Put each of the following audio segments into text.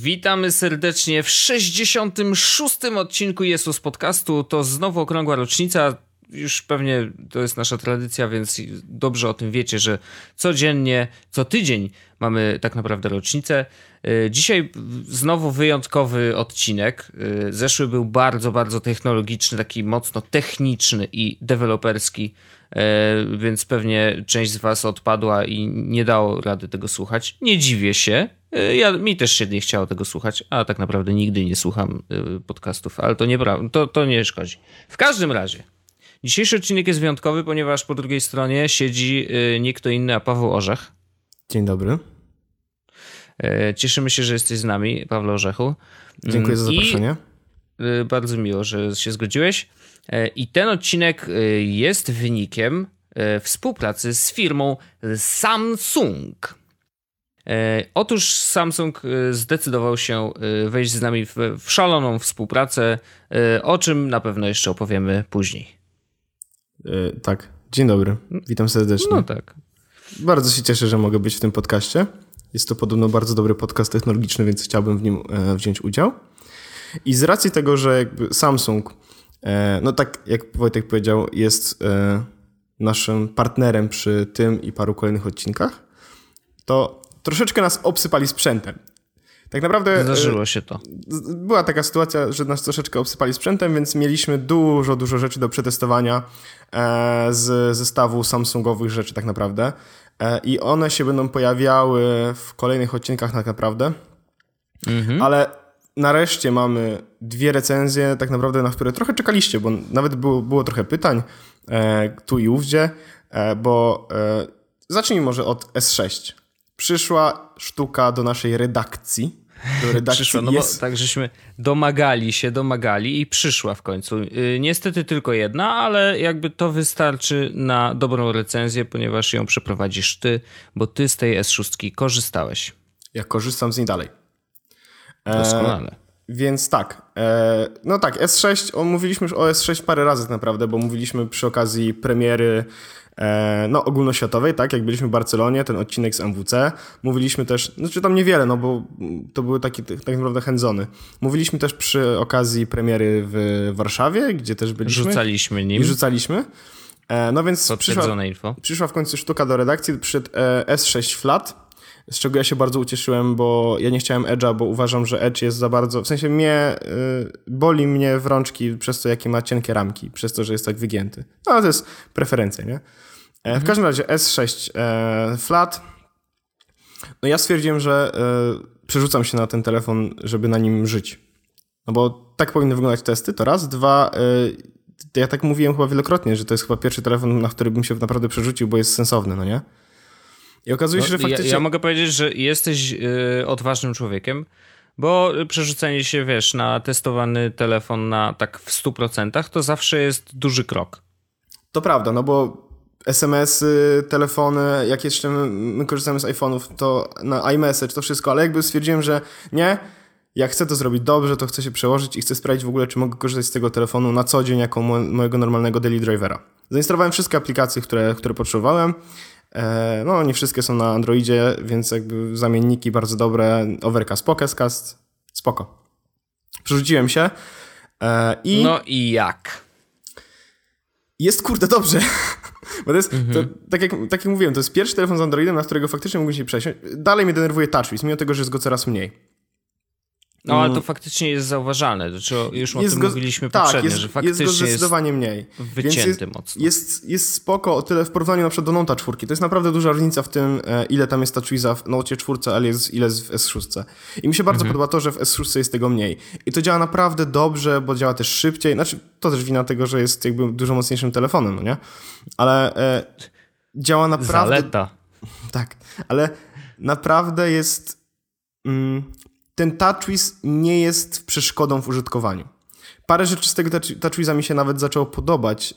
Witamy serdecznie w 66. odcinku Jesus Podcastu. To znowu okrągła rocznica. Już pewnie to jest nasza tradycja, więc dobrze o tym wiecie, że codziennie, co tydzień mamy tak naprawdę rocznicę. Dzisiaj znowu wyjątkowy odcinek. Zeszły był bardzo, bardzo technologiczny, taki mocno techniczny i deweloperski, więc pewnie część z was odpadła i nie dało rady tego słuchać. Nie dziwię się. Mi też się nie chciało tego słuchać, a tak naprawdę nigdy nie słucham podcastów, ale to nieprawda, to nie szkodzi. W każdym razie, dzisiejszy odcinek jest wyjątkowy, ponieważ po drugiej stronie siedzi nie kto inny, a Paweł Orzech. Dzień dobry. Cieszymy się, że jesteś z nami, Pawle Orzechu. Dziękuję za zaproszenie. Bardzo miło, że się zgodziłeś. I ten odcinek jest wynikiem współpracy z firmą Samsung. Otóż Samsung zdecydował się wejść z nami w szaloną współpracę, o czym na pewno jeszcze opowiemy później. Tak, dzień dobry, witam serdecznie. No tak. Bardzo się cieszę, że mogę być w tym podcaście. Jest to podobno bardzo dobry podcast technologiczny, więc chciałbym w nim wziąć udział. I z racji tego, że jakby Samsung, no tak jak Wojtek powiedział, jest naszym partnerem przy tym i paru kolejnych odcinkach, to troszeczkę nas obsypali sprzętem. Tak naprawdę zdarzyło się to. Była taka sytuacja, że nas troszeczkę obsypali sprzętem, więc mieliśmy dużo rzeczy do przetestowania z zestawu Samsungowych rzeczy tak naprawdę. I one się będą pojawiały w kolejnych odcinkach tak naprawdę. Ale nareszcie mamy 2 recenzje tak naprawdę, na które trochę czekaliście, bo nawet było trochę pytań tu i ówdzie, bo zacznijmy może od S6. Przyszła sztuka do naszej redakcji. Przyszła, no bo tak żeśmy domagali i przyszła w końcu. Niestety tylko jedna, ale jakby to wystarczy na dobrą recenzję, ponieważ ją przeprowadzisz ty, bo ty z tej S6 korzystałeś. Ja korzystam z niej dalej. Doskonale. Więc tak, no tak, S6, mówiliśmy już o S6 parę razy tak naprawdę, bo mówiliśmy przy okazji premiery ogólnoświatowej, tak, jak byliśmy w Barcelonie, ten odcinek z MWC. Mówiliśmy też, znaczy tam niewiele, no bo to były takie tak naprawdę hands-ony. Mówiliśmy też przy okazji premiery w Warszawie, gdzie też byliśmy. Rzucaliśmy nim. I rzucaliśmy. No więc info. Przyszła w końcu sztuka do redakcji, przyszedł S6 Flat, z czego ja się bardzo ucieszyłem, bo ja nie chciałem Edge'a, bo uważam, że Edge jest za bardzo, w sensie boli mnie w rączki przez to, jakie ma cienkie ramki, przez to, że jest tak wygięty. No ale to jest preferencja, nie? W każdym razie S6 Flat. No ja stwierdziłem, że przerzucam się na ten telefon, żeby na nim żyć. No bo tak powinny wyglądać testy, to raz. 2, ja tak mówiłem chyba wielokrotnie, że to jest chyba pierwszy telefon, na który bym się naprawdę przerzucił, bo jest sensowny, no nie? I okazuje się, że faktycznie... Ja mogę powiedzieć, że jesteś odważnym człowiekiem, bo przerzucenie się, wiesz, na testowany telefon tak w 100% to zawsze jest duży krok. To prawda, no bo SMS-y, telefony, jak jeszcze my korzystamy z iPhone'ów, to na iMessage, to wszystko, ale jakby stwierdziłem, że nie, jak chcę to zrobić dobrze, to chcę się przełożyć i chcę sprawdzić w ogóle, czy mogę korzystać z tego telefonu na co dzień jako mojego normalnego daily drivera. Zainstalowałem wszystkie aplikacje, które potrzebowałem. No, nie wszystkie są na Androidzie, więc jakby zamienniki bardzo dobre. Overcast, Pocketcast, spoko. Przerzuciłem się i... No i jak? Jest kurde dobrze. Bo to jest, tak jak mówiłem, to jest pierwszy telefon z Androidem, na którego faktycznie mógłbym się przesiąść. Dalej mnie denerwuje TouchWiz, mimo tego, że jest go coraz mniej. No, ale to faktycznie jest zauważalne. Znaczy, już o tym mówiliśmy poprzednio, że faktycznie jest go zdecydowanie mniej. Wycięty mocno. Jest spoko o tyle w porównaniu na przykład do Note'a 4. To jest naprawdę duża różnica w tym, ile tam jest TouchWiza w Note 4, ale ile jest w S6. I mi się bardzo podoba to, że w S6 jest tego mniej. I to działa naprawdę dobrze, bo działa też szybciej. Znaczy, to też wina tego, że jest jakby dużo mocniejszym telefonem, no nie? Ale działa naprawdę... Zaleta. Tak, ale naprawdę jest... ten TouchWiz nie jest przeszkodą w użytkowaniu. Parę rzeczy z tego TouchWiza mi się nawet zaczęło podobać.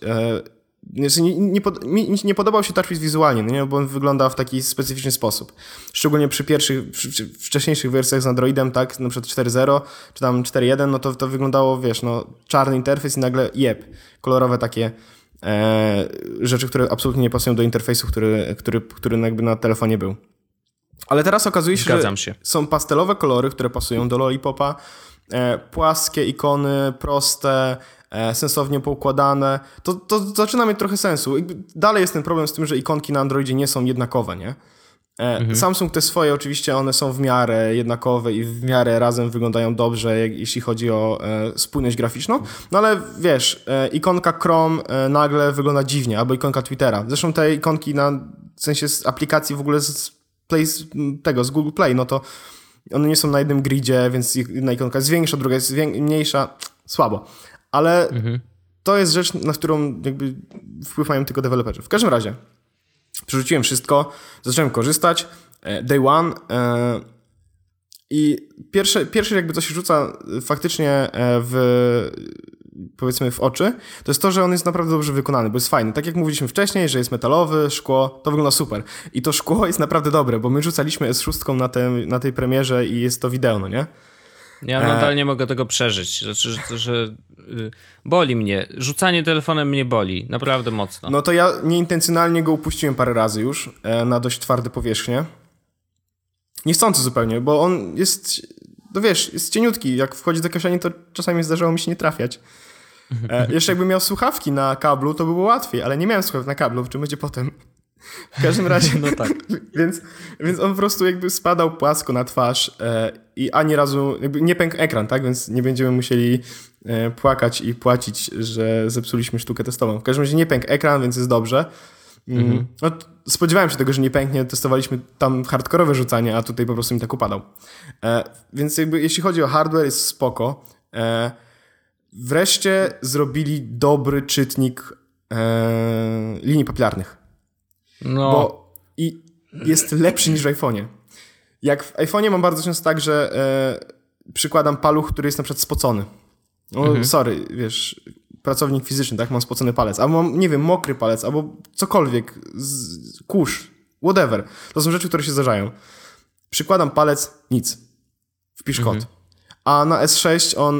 Nie podobał się TouchWiz wizualnie, no nie? Bo on wygląda w taki specyficzny sposób. Szczególnie przy wcześniejszych wersjach z Androidem, tak, na przykład 4.0 czy tam 4.1, no to wyglądało, wiesz, no czarny interfejs i nagle kolorowe takie rzeczy, które absolutnie nie pasują do interfejsu, który jakby na telefonie był. Ale teraz okazuje się, Zgadzam że się. są pastelowe kolory, które pasują do Lollipopa, płaskie ikony, proste, sensownie poukładane. To zaczyna mieć trochę sensu. Dalej jest ten problem z tym, że ikonki na Androidzie nie są jednakowe, nie? Samsung te swoje oczywiście, one są w miarę jednakowe i w miarę razem wyglądają dobrze, jeśli chodzi o spójność graficzną, no ale wiesz, ikonka Chrome nagle wygląda dziwnie, albo ikonka Twittera. Zresztą te ikonki w sensie z aplikacji w ogóle z Google Play, no to one nie są na jednym gridzie, więc jedna ikonka jest większa, druga jest mniejsza, słabo. Ale to jest rzecz, na którą jakby wpływają tylko deweloperzy. W każdym razie przerzuciłem wszystko, zacząłem korzystać, day one i pierwsze jakby co się rzuca faktycznie powiedzmy w oczy, to jest to, że on jest naprawdę dobrze wykonany, bo jest fajny. Tak jak mówiliśmy wcześniej, że jest metalowy, szkło, to wygląda super. I to szkło jest naprawdę dobre, bo my rzucaliśmy S6 na tej premierze i jest to wideo, no nie? Ja nadal nie mogę tego przeżyć. Znaczy, że boli mnie. Rzucanie telefonem mnie boli. Naprawdę mocno. No to ja nieintencjonalnie go upuściłem parę razy już na dość twarde powierzchnie. Niechcący zupełnie, bo on jest, no wiesz, jest cieniutki. Jak wchodzi do kieszeni, to czasami zdarzało mi się nie trafiać. Jeszcze jakbym miał słuchawki na kablu, to by było łatwiej, ale nie miałem słuchawek na kablu, czym będzie potem. W każdym razie, no tak. więc on po prostu jakby spadał płasko na twarz i ani razu jakby nie pękł ekran, tak? Więc nie będziemy musieli płakać i płacić, że zepsuliśmy sztukę testową. W każdym razie nie pękł ekran, więc jest dobrze. No, spodziewałem się tego, że nie pęknie. Testowaliśmy tam hardkorowe rzucanie, a tutaj po prostu mi tak upadał. Więc jakby jeśli chodzi o hardware, jest spoko. Wreszcie zrobili dobry czytnik linii papilarnych. No. Bo i jest lepszy niż w iPhone'ie. Jak w iPhone'ie mam bardzo często tak, że przykładam paluch, który jest na przykład spocony. No, sorry, wiesz, pracownik fizyczny, tak, mam spocony palec, albo mam, nie wiem, mokry palec, albo cokolwiek, kurz, whatever. To są rzeczy, które się zdarzają. Przykładam palec, nic. Wpisz kod. A na S6 on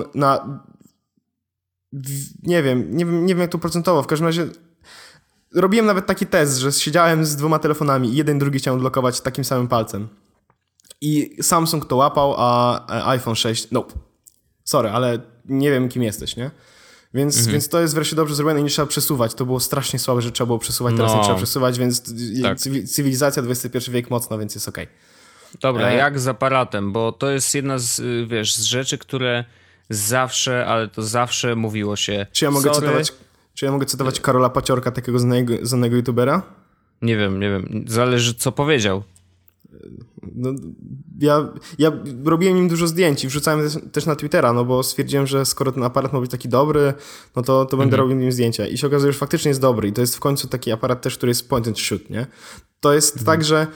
nie wiem jak to procentowo, w każdym razie robiłem nawet taki test, że siedziałem z 2 telefonami i jeden drugi chciałem odblokować takim samym palcem. I Samsung to łapał, a iPhone 6, nope. Sorry, ale nie wiem kim jesteś, nie? Więc to jest wreszcie dobrze zrobione i nie trzeba przesuwać. To było strasznie słabe, że trzeba było przesuwać, teraz nie trzeba przesuwać, więc tak. Cywilizacja XXI wiek mocno, więc jest okej. Dobra, jak z aparatem, bo to jest jedna z, wiesz, z rzeczy, które zawsze, ale to zawsze mówiło się. Czy ja mogę cytować Karola Paciorka, takiego znanego youtubera? Nie wiem. Zależy co powiedział. No, ja robiłem im dużo zdjęć i wrzucałem też na Twittera, no bo stwierdziłem, że skoro ten aparat ma być taki dobry, no to będę robił nim zdjęcia. I się okazuje, że faktycznie jest dobry i to jest w końcu taki aparat też, który jest point and shoot, nie? To jest tak, że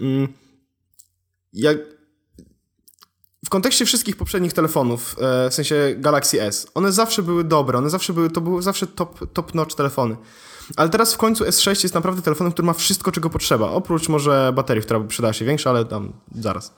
w kontekście wszystkich poprzednich telefonów, w sensie Galaxy S, one zawsze były dobre, to były zawsze top notch telefony. Ale teraz w końcu S6 jest naprawdę telefonem, który ma wszystko, czego potrzeba. Oprócz może baterii, która przydała się większa, ale tam zaraz.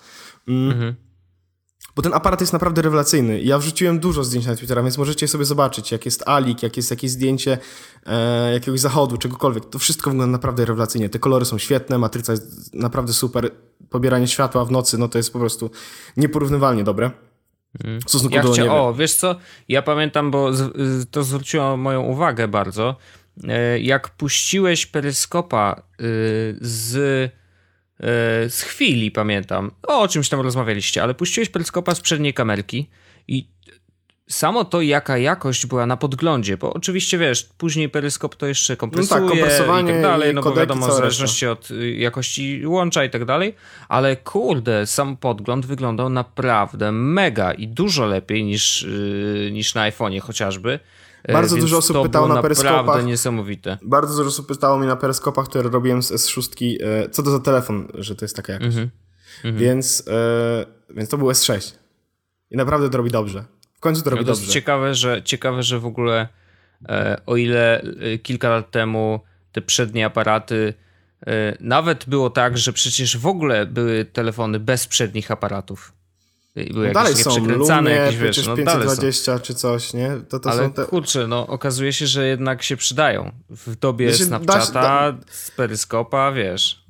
Bo ten aparat jest naprawdę rewelacyjny. Ja wrzuciłem dużo zdjęć na Twittera, więc możecie sobie zobaczyć, jak jest alik, jak jest jakieś zdjęcie jakiegoś zachodu, czegokolwiek. To wszystko wygląda naprawdę rewelacyjnie. Te kolory są świetne, matryca jest naprawdę super. Pobieranie światła w nocy, no to jest po prostu nieporównywalnie dobre. W stosunku do nieba. O, wiesz co? Ja pamiętam, bo to zwróciło moją uwagę bardzo. Jak puściłeś peryskopa z chwili, pamiętam, o czymś tam rozmawialiście, ale puściłeś peryskopa z przedniej kamerki i samo to, jaka jakość była na podglądzie, bo oczywiście wiesz, później peryskop to jeszcze kompresuje no tak, kompresowanie i tak dalej, no bo wiadomo, w zależności reszta. od jakości łącza i tak dalej, ale kurde, sam podgląd wyglądał naprawdę mega i dużo lepiej niż na iPhone'ie chociażby. Bardzo dużo osób pytało na peryskopach. Naprawdę niesamowite. Bardzo dużo osób pytało mnie na peryskopach, które robiłem z S6, co to za telefon, że to jest taka jakość. Więc to był S6. I naprawdę to robi dobrze. W końcu to robi dobrze. To jest ciekawe, że w ogóle o ile kilka lat temu te przednie aparaty nawet było tak, że przecież w ogóle były telefony bez przednich aparatów. Były dalej są przekręcane, Lumie, jakieś, wiesz, przecież no 520 czy coś, nie? Ale kurczę, no okazuje się, że jednak się przydają. W dobie Snapchata, z peryskopa, wiesz.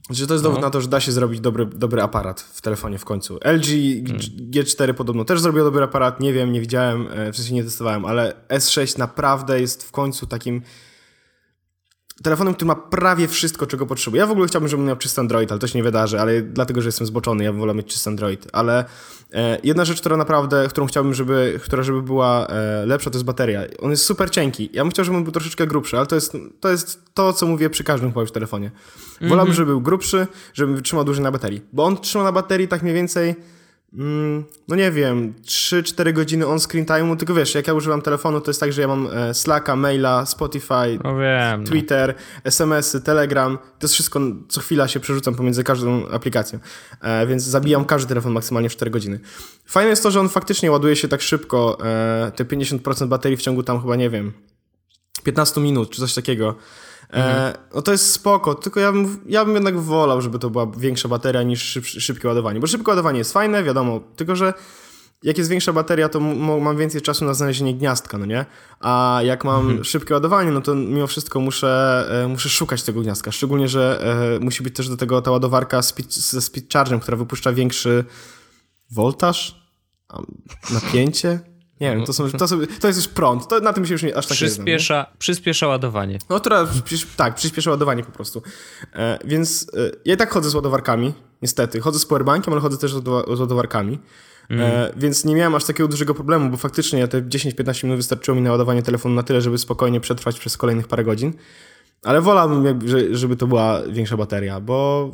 Że to jest dowód na to, że da się zrobić dobry aparat w telefonie w końcu. LG G4 podobno też zrobił dobry aparat, nie wiem, nie widziałem, w sensie nie testowałem, ale S6 naprawdę jest w końcu takim telefonem, który ma prawie wszystko, czego potrzebuję. Ja w ogóle chciałbym, żebym miał czysty Android, ale to się nie wydarzy, ale dlatego, że jestem zboczony, ja bym wolał mieć czysty Android. Ale jedna rzecz, którą chciałbym, żeby była lepsza, to jest bateria. On jest super cienki. Ja bym chciał, żeby on był troszeczkę grubszy, ale to jest to, co mówię przy każdym chyba już telefonie. Wolałbym, żeby był grubszy, żeby trzymał dłużej na baterii. Bo on trzyma na baterii tak mniej więcej no nie wiem, 3-4 godziny on screen time'u, tylko wiesz, jak ja używam telefonu, to jest tak, że ja mam Slacka, maila, Spotify, Twitter, SMS-y, Telegram, to jest wszystko, co chwila się przerzucam pomiędzy każdą aplikacją, więc zabijam każdy telefon maksymalnie w 4 godziny. Fajne jest to, że on faktycznie ładuje się tak szybko, te 50% baterii w ciągu tam chyba, nie wiem, 15 minut, czy coś takiego. No to jest spoko, tylko ja bym jednak wolał, żeby to była większa bateria niż szybkie ładowanie, bo szybkie ładowanie jest fajne, wiadomo, tylko że jak jest większa bateria, to mam więcej czasu na znalezienie gniazdka, no nie? A jak mam szybkie ładowanie, no to mimo wszystko muszę szukać tego gniazdka, szczególnie, że musi być też do tego ta ładowarka ze speed chargem, która wypuszcza większy voltaż, napięcie. Nie wiem, to jest już prąd. To na tym się już aż tak Przyspiesza ładowanie. No, przyspiesza ładowanie po prostu. Więc ja i tak chodzę z ładowarkami, niestety. Chodzę z powerbankiem, ale chodzę też z ładowarkami. Więc nie miałem aż takiego dużego problemu, bo faktycznie te 10-15 minut wystarczyło mi na ładowanie telefonu na tyle, żeby spokojnie przetrwać przez kolejnych parę godzin. Ale wolałbym, żeby to była większa bateria, bo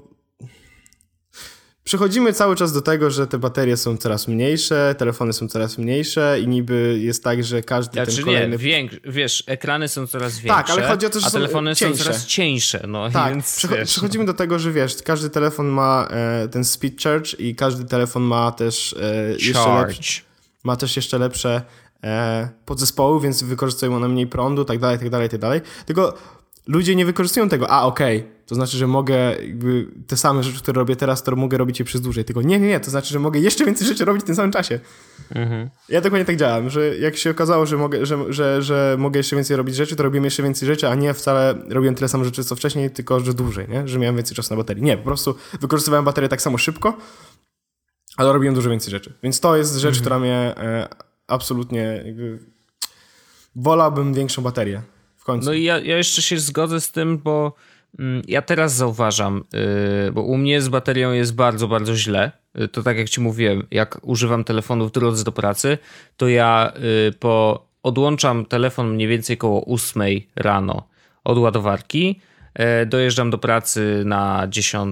przechodzimy cały czas do tego, że te baterie są coraz mniejsze, telefony są coraz mniejsze i niby jest tak, że każdy ten kolejny... wiesz, ekrany są coraz większe, tak, ale chodzi o to, że telefony są coraz cieńsze. No, tak, więc, przechodzimy do tego, że wiesz, każdy telefon ma ten speed charge i każdy telefon ma też jeszcze lepsze podzespoły, więc wykorzystują one mniej prądu, tak dalej. Tylko ludzie nie wykorzystują tego, to znaczy, że mogę jakby te same rzeczy, które robię teraz, to mogę robić je przez dłużej. Tylko nie, to znaczy, że mogę jeszcze więcej rzeczy robić w tym samym czasie. Ja dokładnie tak działam, że jak się okazało, że mogę jeszcze więcej robić rzeczy, to robiłem jeszcze więcej rzeczy, a nie wcale robiłem tyle samo rzeczy, co wcześniej, tylko że dłużej, nie? Że miałem więcej czasu na baterii. Nie, po prostu wykorzystywałem baterię tak samo szybko, ale robiłem dużo więcej rzeczy. Więc to jest rzecz, która mnie absolutnie jakby... Wolałbym większą baterię w końcu. No i ja jeszcze się zgodzę z tym, bo ja teraz zauważam, bo u mnie z baterią jest bardzo, bardzo źle. To tak jak ci mówiłem, jak używam telefonu w drodze do pracy, to ja odłączam telefon mniej więcej koło 8 rano od ładowarki, dojeżdżam do pracy na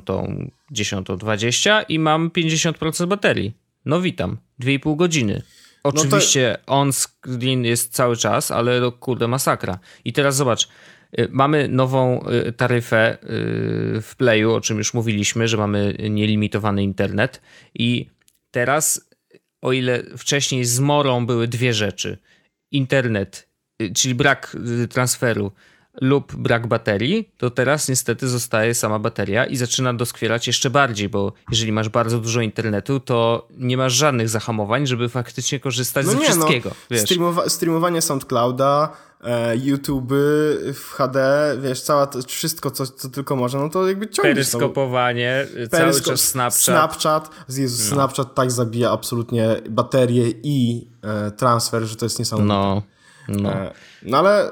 10:20 i mam 50% baterii. No witam, 2,5 godziny. Oczywiście on-screen jest cały czas, ale no kurde masakra. I teraz zobacz, mamy nową taryfę w Playu, o czym już mówiliśmy, że mamy nielimitowany internet i teraz, o ile wcześniej zmorą były dwie rzeczy, internet, czyli brak transferu lub brak baterii, to teraz niestety zostaje sama bateria i zaczyna doskwierać jeszcze bardziej, bo jeżeli masz bardzo dużo internetu, to nie masz żadnych zahamowań, żeby faktycznie korzystać ze wszystkiego. Wiesz. Streamowanie SoundClouda, YouTube w HD, wiesz, wszystko, co tylko można, no to jakby ciągnie. Peryskopowanie, cały czas Snapchat. Jezus, Snapchat tak zabija absolutnie baterię i transfer, że to jest niesamowite. No ale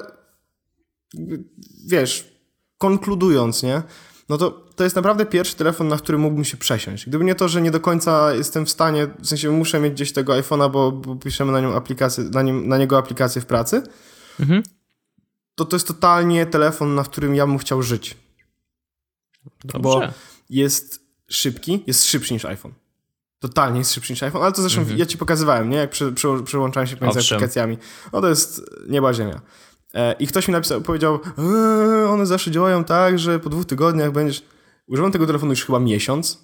wiesz, konkludując, nie? No to jest naprawdę pierwszy telefon, na który mógłbym się przesiąść. Gdyby nie to, że nie do końca jestem w stanie, w sensie muszę mieć gdzieś tego iPhone'a, bo piszemy na nią aplikację, na niego aplikację w pracy, to jest totalnie telefon, na którym ja bym chciał żyć. Dobrze. Bo jest szybki, jest szybszy niż iPhone. Totalnie jest szybszy niż iPhone, ale to zresztą ja ci pokazywałem, nie? Jak przełączałem się pomiędzy aplikacjami. No to jest nieba ziemia. I ktoś mi powiedział, one zawsze działają tak, że po 2 tygodniach będziesz... Używam tego telefonu już chyba miesiąc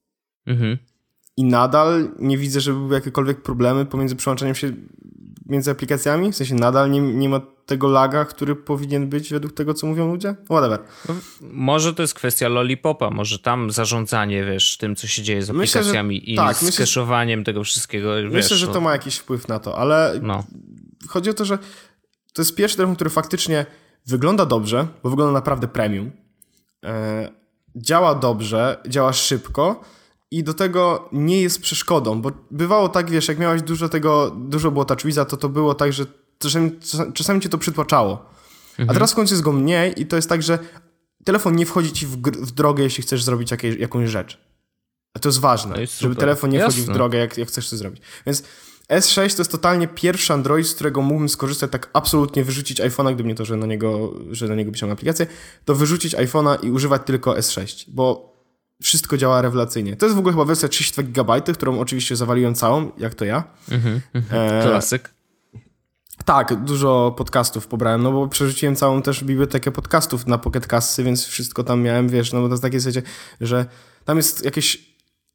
i nadal nie widzę, żeby były jakiekolwiek problemy pomiędzy przełączaniem się między aplikacjami. W sensie nadal nie ma tego laga, który powinien być według tego, co mówią ludzie. Whatever. Może to jest kwestia Lollipopa, może tam zarządzanie, wiesz, tym, co się dzieje z aplikacjami z cache'owaniem tego wszystkiego. Myślę, że to ma jakiś wpływ na to, ale chodzi o to, że to jest pierwszy telefon, który faktycznie wygląda dobrze, bo wygląda naprawdę premium. działa dobrze, działa szybko i do tego nie jest przeszkodą, bo bywało tak, wiesz, jak miałeś dużo było TouchWiza, to było tak, że czasami cię to przytłaczało. A teraz w końcu jest go mniej i to jest tak, że telefon nie wchodzi ci w drogę, jeśli chcesz zrobić jakąś rzecz. A to jest ważne, żeby telefon nie wchodził w drogę, jak chcesz to zrobić. Więc S6 to jest totalnie pierwszy Android, z którego mógłbym skorzystać, tak absolutnie wyrzucić iPhone'a, gdyby nie to, że na niego pisałem aplikację, to wyrzucić iPhone'a i używać tylko S6, bo wszystko działa rewelacyjnie. To jest w ogóle chyba wersja 32 GB, którą oczywiście zawaliłem całą, jak to ja. Klasyk. Tak, dużo podcastów pobrałem, no bo przerzuciłem całą też bibliotekę podcastów na Pocket Casty, więc wszystko tam miałem, wiesz, no bo to jest takie zasadzie, że tam jest jakieś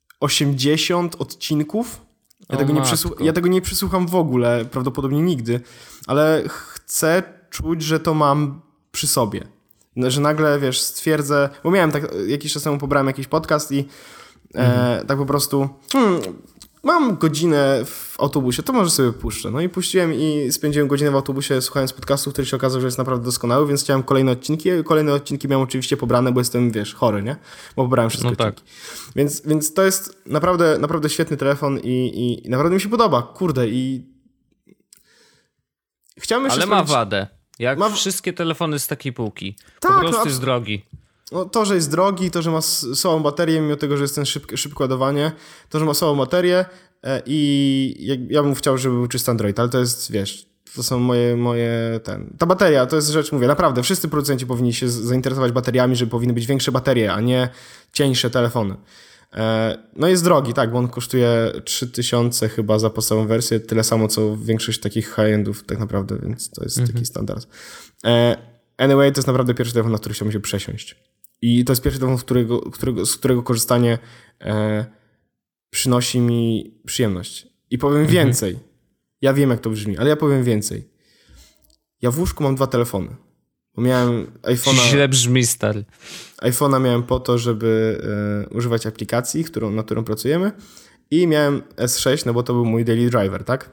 80 odcinków. Ja tego nie przesłucham w ogóle, prawdopodobnie nigdy, ale chcę czuć, że to mam przy sobie. Że nagle, wiesz, stwierdzę, bo miałem tak, jakiś czas temu pobrałem jakiś podcast i tak po prostu mam godzinę w autobusie, to może sobie puszczę. No i puściłem i spędziłem godzinę w autobusie słuchając podcastu, który się okazał, że jest naprawdę doskonały, więc chciałem kolejne odcinki. Kolejne odcinki miałem oczywiście pobrane, bo jestem, wiesz, chory, nie? Bo pobrałem wszystkie odcinki. Więc to jest naprawdę świetny telefon i naprawdę mi się podoba. Kurde, i chciałem jeszcze ale ma wadę. Jak wszystkie telefony z takiej półki. Tak, po prostu jest drogi. No, to, że jest drogi, to, że ma słabą baterię, mimo tego, że jest ten szybkie ładowanie, to, że ma słabą baterię i ja bym chciał, żeby był czysty Android, ale to jest, wiesz, to są ta bateria, to jest rzecz, mówię, naprawdę, wszyscy producenci powinni się zainteresować bateriami, żeby powinny być większe baterie, a nie cieńsze telefony. No jest drogi, tak, bo on kosztuje 3000 chyba za podstawową wersję, tyle samo, co większość takich high-endów tak naprawdę, więc to jest taki standard. Anyway, to jest naprawdę pierwszy telefon, na który chciałbym się przesiąść. I to jest pierwszy telefon, z którego korzystanie przynosi mi przyjemność. I powiem więcej. Ja wiem, jak to brzmi, ale ja powiem więcej. Ja w łóżku mam 2 telefony. Bo miałem iPhone'a... Źle brzmi, stary. iPhone'a miałem po to, żeby używać aplikacji, na którą pracujemy. I miałem S6, no bo to był mój daily driver, tak?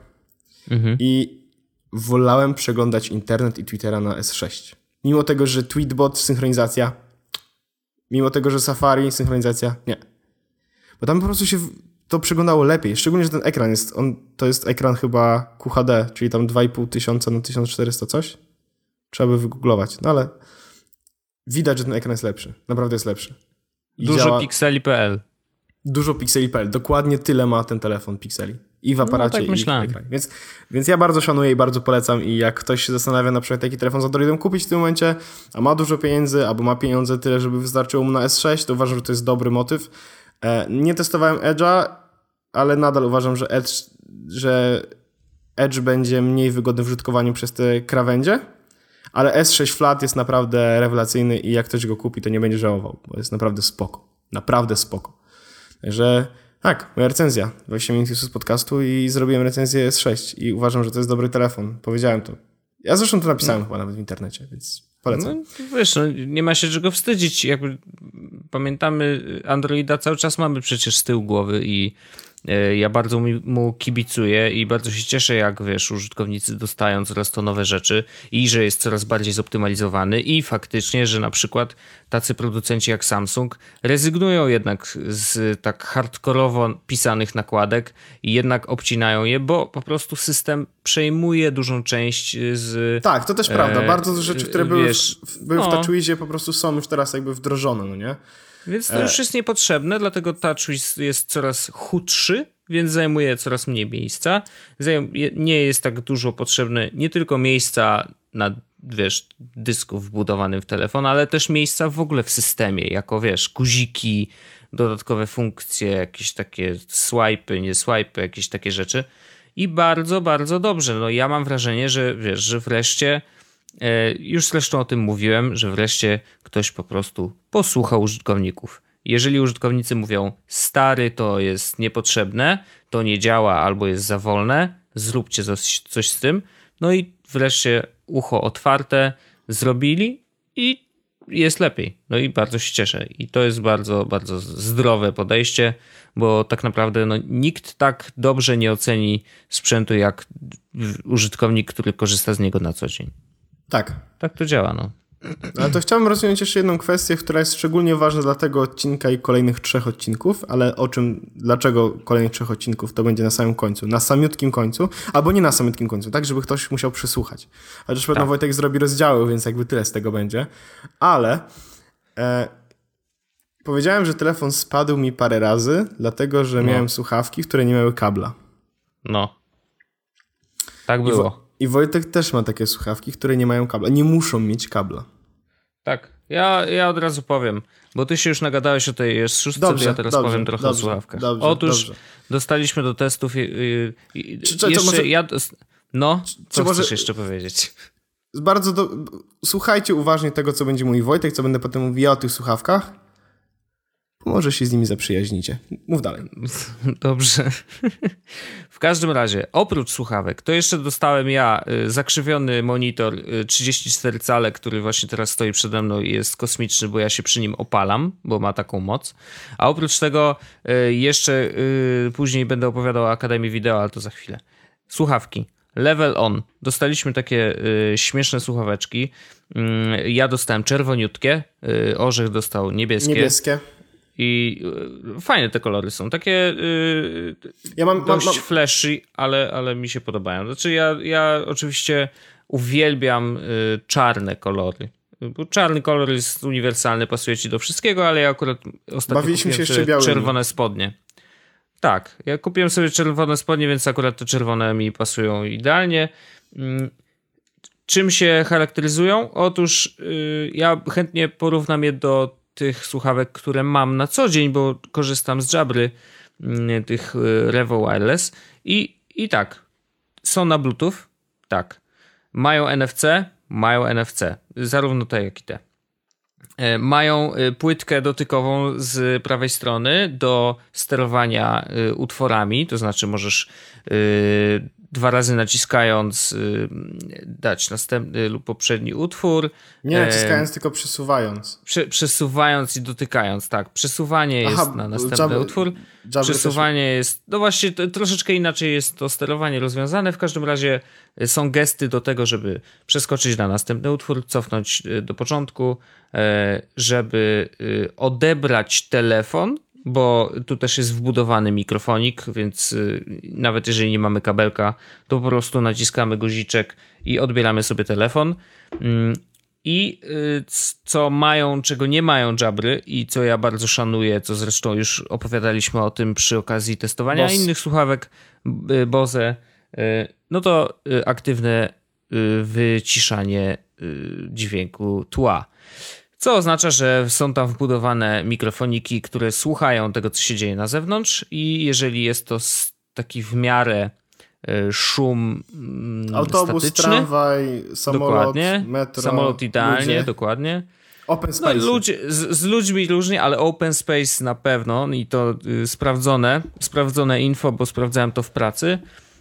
I wolałem przeglądać internet i Twittera na S6. Mimo tego, że Tweetbot, synchronizacja. Mimo tego, że Safari, synchronizacja. Nie. Bo tam po prostu się to przeglądało lepiej. Szczególnie, że ten ekran to jest ekran chyba QHD, czyli tam 2500 na 1400 coś. Trzeba by wygooglować. No ale widać, że ten ekran jest lepszy. Naprawdę jest lepszy. Dużo pikseli.pl. Dużo pikseli.pl. Dokładnie tyle ma ten telefon pikseli. I w aparacie, tak i myślałem. w ekranie. Więc ja bardzo szanuję i bardzo polecam. I jak ktoś się zastanawia na przykład, jaki telefon z Androidem kupić w tym momencie, a ma dużo pieniędzy, albo ma pieniądze tyle, żeby wystarczyło mu na S6, to uważam, że to jest dobry motyw. Nie testowałem Edge'a, ale nadal uważam, że Edge będzie mniej wygodny w użytkowaniu przez te krawędzie. Ale S6 Flat jest naprawdę rewelacyjny i jak ktoś go kupi, to nie będzie żałował, bo jest naprawdę spoko. Naprawdę spoko. Także tak, moja recenzja. 20 minut z podcastu i zrobiłem recenzję S6 i uważam, że to jest dobry telefon. Powiedziałem to. Ja zresztą to napisałem chyba nawet w internecie, więc polecam. No, wiesz, nie ma się czego wstydzić. Jakby pamiętamy, Androida cały czas mamy przecież z tyłu głowy i ja bardzo mu kibicuję i bardzo się cieszę, jak wiesz, użytkownicy dostają coraz to nowe rzeczy i że jest coraz bardziej zoptymalizowany i faktycznie, że na przykład tacy producenci jak Samsung rezygnują jednak z tak hardkorowo pisanych nakładek i jednak obcinają je, bo po prostu system przejmuje dużą część z... Tak, to też prawda. Bardzo dużo rzeczy, które były w TouchWizie po prostu są już teraz jakby wdrożone, no nie? Więc to już jest niepotrzebne, dlatego TouchWiz jest coraz chudszy, więc zajmuje coraz mniej miejsca. Nie jest tak dużo potrzebne nie tylko miejsca na, wiesz, dysku wbudowanym w telefon, ale też miejsca w ogóle w systemie, jako, wiesz, guziki, dodatkowe funkcje, jakieś takie swipe'y, nie swipe'y, jakieś takie rzeczy. I bardzo, bardzo dobrze. No ja mam wrażenie, że wiesz, że wreszcie... Już zresztą o tym mówiłem, że wreszcie ktoś po prostu posłuchał użytkowników. Jeżeli użytkownicy mówią, stary, to jest niepotrzebne, to nie działa albo jest za wolne, zróbcie coś z tym. No i wreszcie ucho otwarte zrobili i jest lepiej. No i bardzo się cieszę. I to jest bardzo, bardzo zdrowe podejście, bo tak naprawdę nikt tak dobrze nie oceni sprzętu jak użytkownik, który korzysta z niego na co dzień. Tak. Tak to działa, no. Ale to chciałem rozwinąć jeszcze jedną kwestię, która jest szczególnie ważna dla tego odcinka i kolejnych 3 odcinków, ale dlaczego kolejnych 3 odcinków, to będzie na samym końcu, na samiutkim końcu, albo nie na samiutkim końcu, tak, żeby ktoś musiał przysłuchać. Chociaż pewno Wojtek zrobi rozdziały, więc jakby tyle z tego będzie. Ale powiedziałem, że telefon spadł mi parę razy, dlatego, że miałem słuchawki, które nie miały kabla. No. Tak było. I Wojtek też ma takie słuchawki, które nie mają kabla. Nie muszą mieć kabla. Tak. Ja od razu powiem, bo ty się już nagadałeś o tej S6, ja teraz powiem trochę o słuchawkach. Otóż dostaliśmy do testów co chcesz jeszcze powiedzieć? Słuchajcie uważnie tego, co będzie mówił Wojtek, co będę potem mówił o tych słuchawkach. Może się z nimi zaprzyjaźnicie. Mów dalej. Dobrze. W każdym razie, oprócz słuchawek, to jeszcze dostałem zakrzywiony monitor 34 cale, który właśnie teraz stoi przede mną i jest kosmiczny, bo ja się przy nim opalam, bo ma taką moc. A oprócz tego jeszcze później będę opowiadał o Akademii Wideo, ale to za chwilę. Słuchawki. Level On. Dostaliśmy takie śmieszne słuchaweczki. Ja dostałem czerwoniutkie, Orzech dostał niebieskie. I fajne te kolory są. Takie dość flashy, ale mi się podobają. Znaczy ja oczywiście uwielbiam czarne kolory. Bo czarny kolor jest uniwersalny, pasuje ci do wszystkiego, ale ja akurat ostatnio bawiliśmy się jeszcze białymi. Czerwone spodnie. Tak, ja kupiłem sobie czerwone spodnie, więc akurat te czerwone mi pasują idealnie. Czym się charakteryzują? Otóż ja chętnie porównam je do tych słuchawek, które mam na co dzień, bo korzystam z Jabry, tych Revo Wireless i tak, są na Bluetooth, tak, mają NFC, zarówno te jak i te. Mają płytkę dotykową z prawej strony do sterowania utworami, to znaczy możesz 2 razy naciskając dać następny lub poprzedni utwór. Nie naciskając, tylko przesuwając. Przesuwając i dotykając, tak. Przesuwanie jest na następny utwór. Przesuwanie jest, no właśnie troszeczkę inaczej jest to sterowanie rozwiązane. W każdym razie są gesty do tego, żeby przeskoczyć na następny utwór, cofnąć do początku, żeby odebrać telefon, bo tu też jest wbudowany mikrofonik, więc nawet jeżeli nie mamy kabelka, to po prostu naciskamy guziczek i odbieramy sobie telefon. I co mają, czego nie mają Jabry i co ja bardzo szanuję, co zresztą już opowiadaliśmy o tym przy okazji testowania innych słuchawek Bose, no to aktywne wyciszanie dźwięku tła. Co oznacza, że są tam wbudowane mikrofoniki, które słuchają tego, co się dzieje na zewnątrz i jeżeli jest to taki w miarę szum autobus, statyczny, tramwaj, samolot, metro, samolot idealnie, ludzie. Dokładnie. Open space. No, z ludźmi różnie, ale open space na pewno i to sprawdzone info, bo sprawdzałem to w pracy.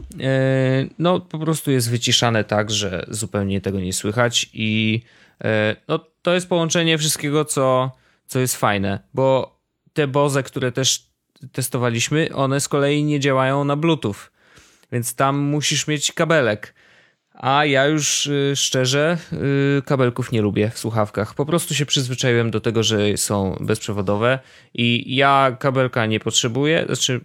No po prostu jest wyciszane tak, że zupełnie tego nie słychać i no, to jest połączenie wszystkiego, co jest fajne, bo te Bose, które też testowaliśmy, one z kolei nie działają na Bluetooth, więc tam musisz mieć kabelek, a ja już szczerze kabelków nie lubię w słuchawkach. Po prostu się przyzwyczaiłem do tego, że są bezprzewodowe i ja kabelka nie potrzebuję, znaczy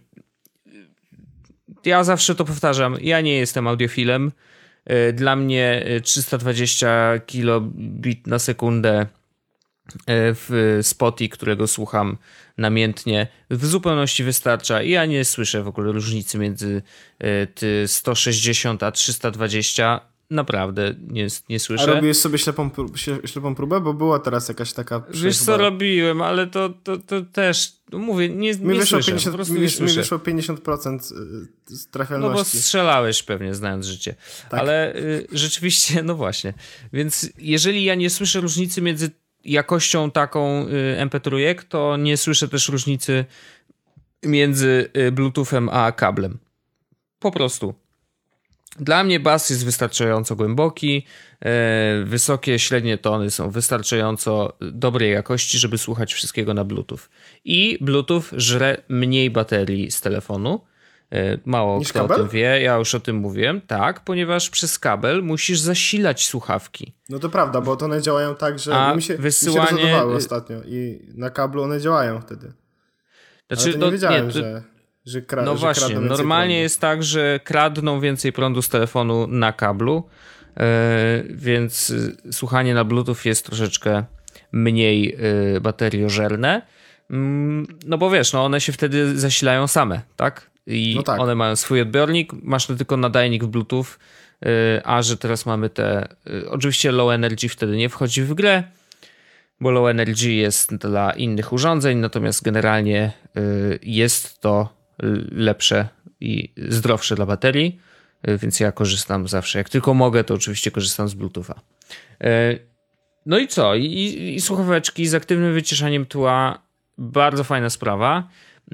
ja zawsze to powtarzam, ja nie jestem audiofilem. Dla mnie 320 kilobit na sekundę w Spotify, którego słucham namiętnie, w zupełności wystarcza. Ja nie słyszę w ogóle różnicy między 160 a 320. Naprawdę nie słyszę. A robiłeś sobie ślepą próbę? Bo była teraz jakaś taka... Wiesz co robiłem, ale to też, no mówię, nie słyszę. Mi wyszło 50% trafialności. No bo strzelałeś pewnie, znając życie. Tak. Ale rzeczywiście, no właśnie. Więc jeżeli ja nie słyszę różnicy między jakością taką MP3, to nie słyszę też różnicy między Bluetoothem a kablem. Po prostu. Dla mnie bas jest wystarczająco głęboki, wysokie, średnie tony są wystarczająco dobrej jakości, żeby słuchać wszystkiego na Bluetooth. I Bluetooth żre mniej baterii z telefonu, Mało Niż kto o kabel? tym wie, ja już o tym mówiłem. Tak, ponieważ przez kabel musisz zasilać słuchawki. No to prawda, bo to one działają tak, że A mi się wysyłanie... rozładowały ostatnio i na kablu one działają wtedy. Znaczy, Ale to nie wiedziałem, nie, że no właśnie, kradną więcej normalnie prądu. jest tak, że kradną więcej prądu z telefonu na kablu, więc słuchanie na Bluetooth jest troszeczkę mniej bateriożerne. No bo wiesz, no one się wtedy zasilają same, tak? I No tak. one mają swój odbiornik, masz tylko nadajnik w Bluetooth, a że teraz mamy te... Oczywiście low energy wtedy nie wchodzi w grę, bo low energy jest dla innych urządzeń, natomiast generalnie jest to lepsze i zdrowsze dla baterii, więc ja korzystam zawsze. Jak tylko mogę, to oczywiście korzystam z Bluetootha. No i co? I słuchaweczki z aktywnym wyciszaniem tła, bardzo fajna sprawa.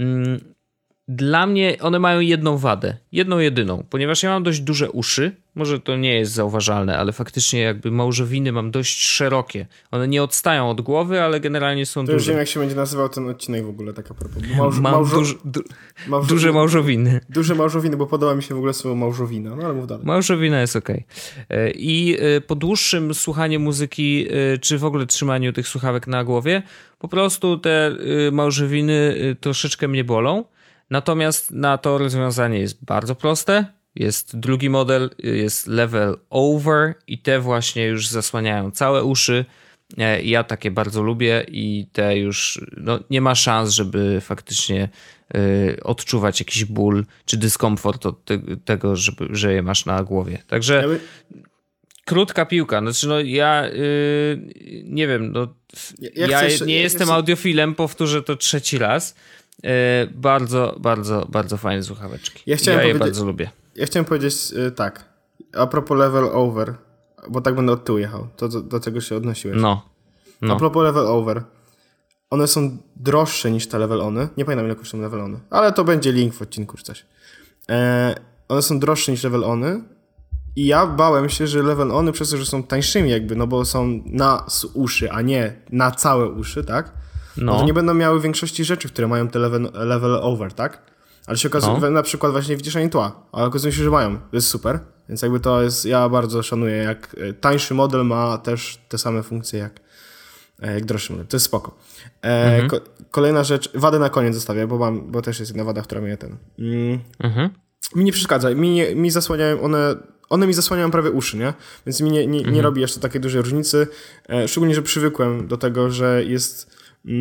Dla mnie one mają jedną wadę, jedną jedyną, ponieważ ja mam dość duże uszy, może to nie jest zauważalne, ale faktycznie jakby małżowiny mam dość szerokie. One nie odstają od głowy, ale generalnie są To już duże. wiem, jak się będzie nazywał ten odcinek w ogóle, tak a propos. Mam duże małżowiny. Duże małżowiny, bo podoba mi się w ogóle słowo małżowina, no ale mów dalej. Małżowina jest okej. I po dłuższym słuchaniu muzyki, czy w ogóle trzymaniu tych słuchawek na głowie, po prostu te małżowiny troszeczkę mnie bolą. Natomiast na to rozwiązanie jest bardzo proste. Jest drugi model, jest level over i te właśnie już zasłaniają całe uszy. Ja takie bardzo lubię i te już no, nie ma szans, żeby faktycznie odczuwać jakiś ból czy dyskomfort od tego, że je masz na głowie. Także krótka piłka. Znaczy no ja nie wiem, no, ja nie jestem audiofilem, powtórzę to trzeci raz. Bardzo, bardzo, bardzo fajne słuchaweczki. Ja je bardzo lubię. Ja chciałem powiedzieć tak, a propos level over, bo tak będę od tyłu jechał, to do tego się odnosiłeś. No. A propos level over, one są droższe niż te level ony, nie pamiętam ile kosztują level ony, ale to będzie link w odcinku czy coś. One są droższe niż level ony i ja bałem się, że level ony przez to, że są tańszymi jakby, no bo są na uszy, a nie na całe uszy, tak? No to nie będą miały większości rzeczy, które mają te level over, tak? Ale się okazuje, na przykład właśnie wyciszanie tła, ale okazuje się, że mają. To jest super, więc jakby to jest, ja bardzo szanuję, jak tańszy model ma też te same funkcje jak droższy model. To jest spoko. Kolejna rzecz, wadę na koniec zostawię, bo też jest jedna wada, która mnie mi nie przeszkadza. Mi zasłaniają one mi zasłaniają prawie uszy, nie? Więc mi nie robi jeszcze takiej dużej różnicy. Szczególnie, że przywykłem do tego, że jest...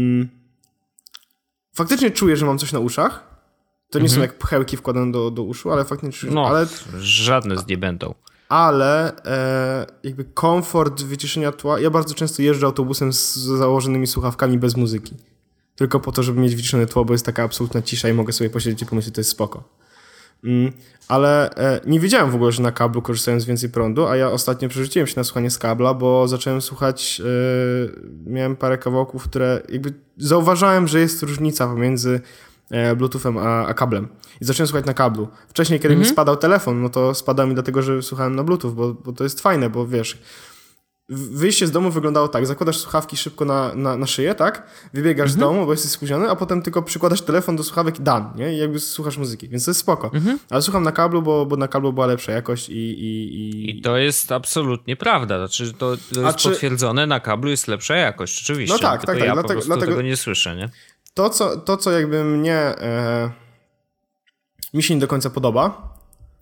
faktycznie czuję, że mam coś na uszach. To nie są jak pchełki wkładane do uszu, ale faktycznie czuję... No, ale, żadne z nie będą. Ale jakby komfort wyciszenia tła... Ja bardzo często jeżdżę autobusem z założonymi słuchawkami bez muzyki. Tylko po to, żeby mieć wyciszone tło, bo jest taka absolutna cisza i mogę sobie posiedzieć i pomyśleć, to jest spoko. Ale nie wiedziałem w ogóle, że na kablu korzystają z więcej prądu, a ja ostatnio przerzuciłem się na słuchanie z kabla, bo zacząłem słuchać, miałem parę kawałków, które jakby zauważałem, że jest różnica pomiędzy Bluetoothem a kablem. I zacząłem słuchać na kablu. Wcześniej, kiedy mi spadał telefon, no to spadał mi dlatego, że słuchałem na Bluetooth, bo to jest fajne, bo wiesz... Wyjście z domu wyglądało tak, zakładasz słuchawki szybko na szyję, tak? Wybiegasz z domu, bo jesteś spóźniony, a potem tylko przykładasz telefon do słuchawek i done, nie? I jakby słuchasz muzyki, więc to jest spoko. Ale słucham na kablu, bo na kablu była lepsza jakość I to jest absolutnie prawda. Znaczy to jest potwierdzone, na kablu jest lepsza jakość, oczywiście. No tak, tak. Ja po prostu tego nie słyszę, nie? To co jakby mi się nie do końca podoba,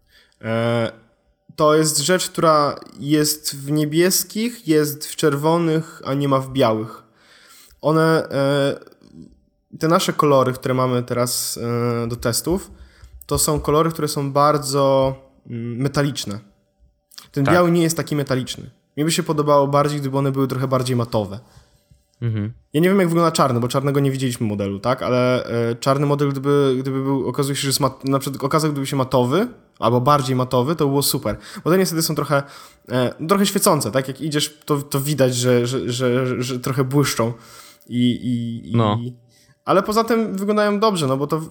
to jest rzecz, która jest w niebieskich, jest w czerwonych, a nie ma w białych. One, te nasze kolory, które mamy teraz do testów, to są kolory, które są bardzo metaliczne. Ten biały nie jest taki metaliczny. Mi by się podobało bardziej, gdyby one były trochę bardziej matowe. Ja nie wiem, jak wygląda czarny, bo czarnego nie widzieliśmy modelu, tak? Ale czarny model, gdyby był, okazuje się, że jest na przykład okazał, gdyby się matowy, albo bardziej matowy, to było super. Bo te niestety są trochę świecące, tak? Jak idziesz, to widać, że trochę błyszczą. Ale poza tym wyglądają dobrze, no bo to...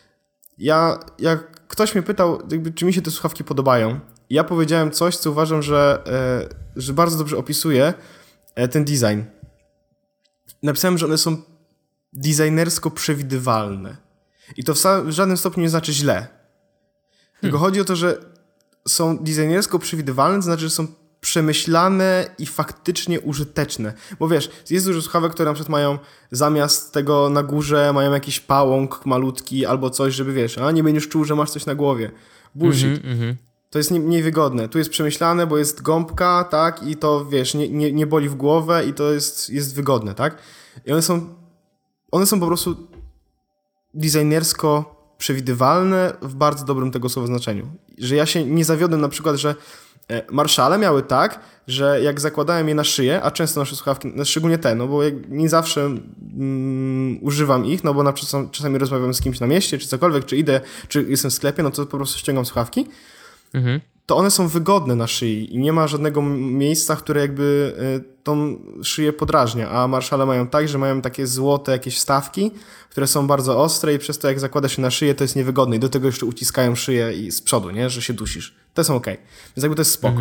Jak ktoś mnie pytał, jakby, czy mi się te słuchawki podobają, ja powiedziałem coś, co uważam, że bardzo dobrze opisuje ten design. Napisałem, że one są designersko przewidywalne. I to w żadnym stopniu nie znaczy źle. Tylko chodzi o to, że są designersko przewidywalne, to znaczy, że są przemyślane i faktycznie użyteczne. Bo wiesz, jest dużo słuchawek, które na przykład mają zamiast tego na górze mają jakiś pałąk malutki albo coś, żeby wiesz, nie będziesz czuł, że masz coś na głowie. Bullshit. To jest mniej wygodne. Tu jest przemyślane, bo jest gąbka, tak, i to wiesz, nie boli w głowę i to jest wygodne, tak? I one są po prostu designersko przewidywalne w bardzo dobrym tego słowa znaczeniu. Że ja się nie zawiodłem na przykład, że Marshalle miały tak, że jak zakładałem je na szyję, a często nasze słuchawki, szczególnie te, no bo nie zawsze używam ich, no bo czasami rozmawiam z kimś na mieście, czy cokolwiek, czy idę, czy jestem w sklepie, no to po prostu ściągam słuchawki, to one są wygodne na szyi i nie ma żadnego miejsca, które jakby tą szyję podrażnia, a Marshalle mają tak, że mają takie złote jakieś wstawki, które są bardzo ostre i przez to jak zakładasz się na szyję, to jest niewygodne i do tego jeszcze uciskają szyję i z przodu, nie, że się dusisz. To są okej. Więc jakby to jest spoko.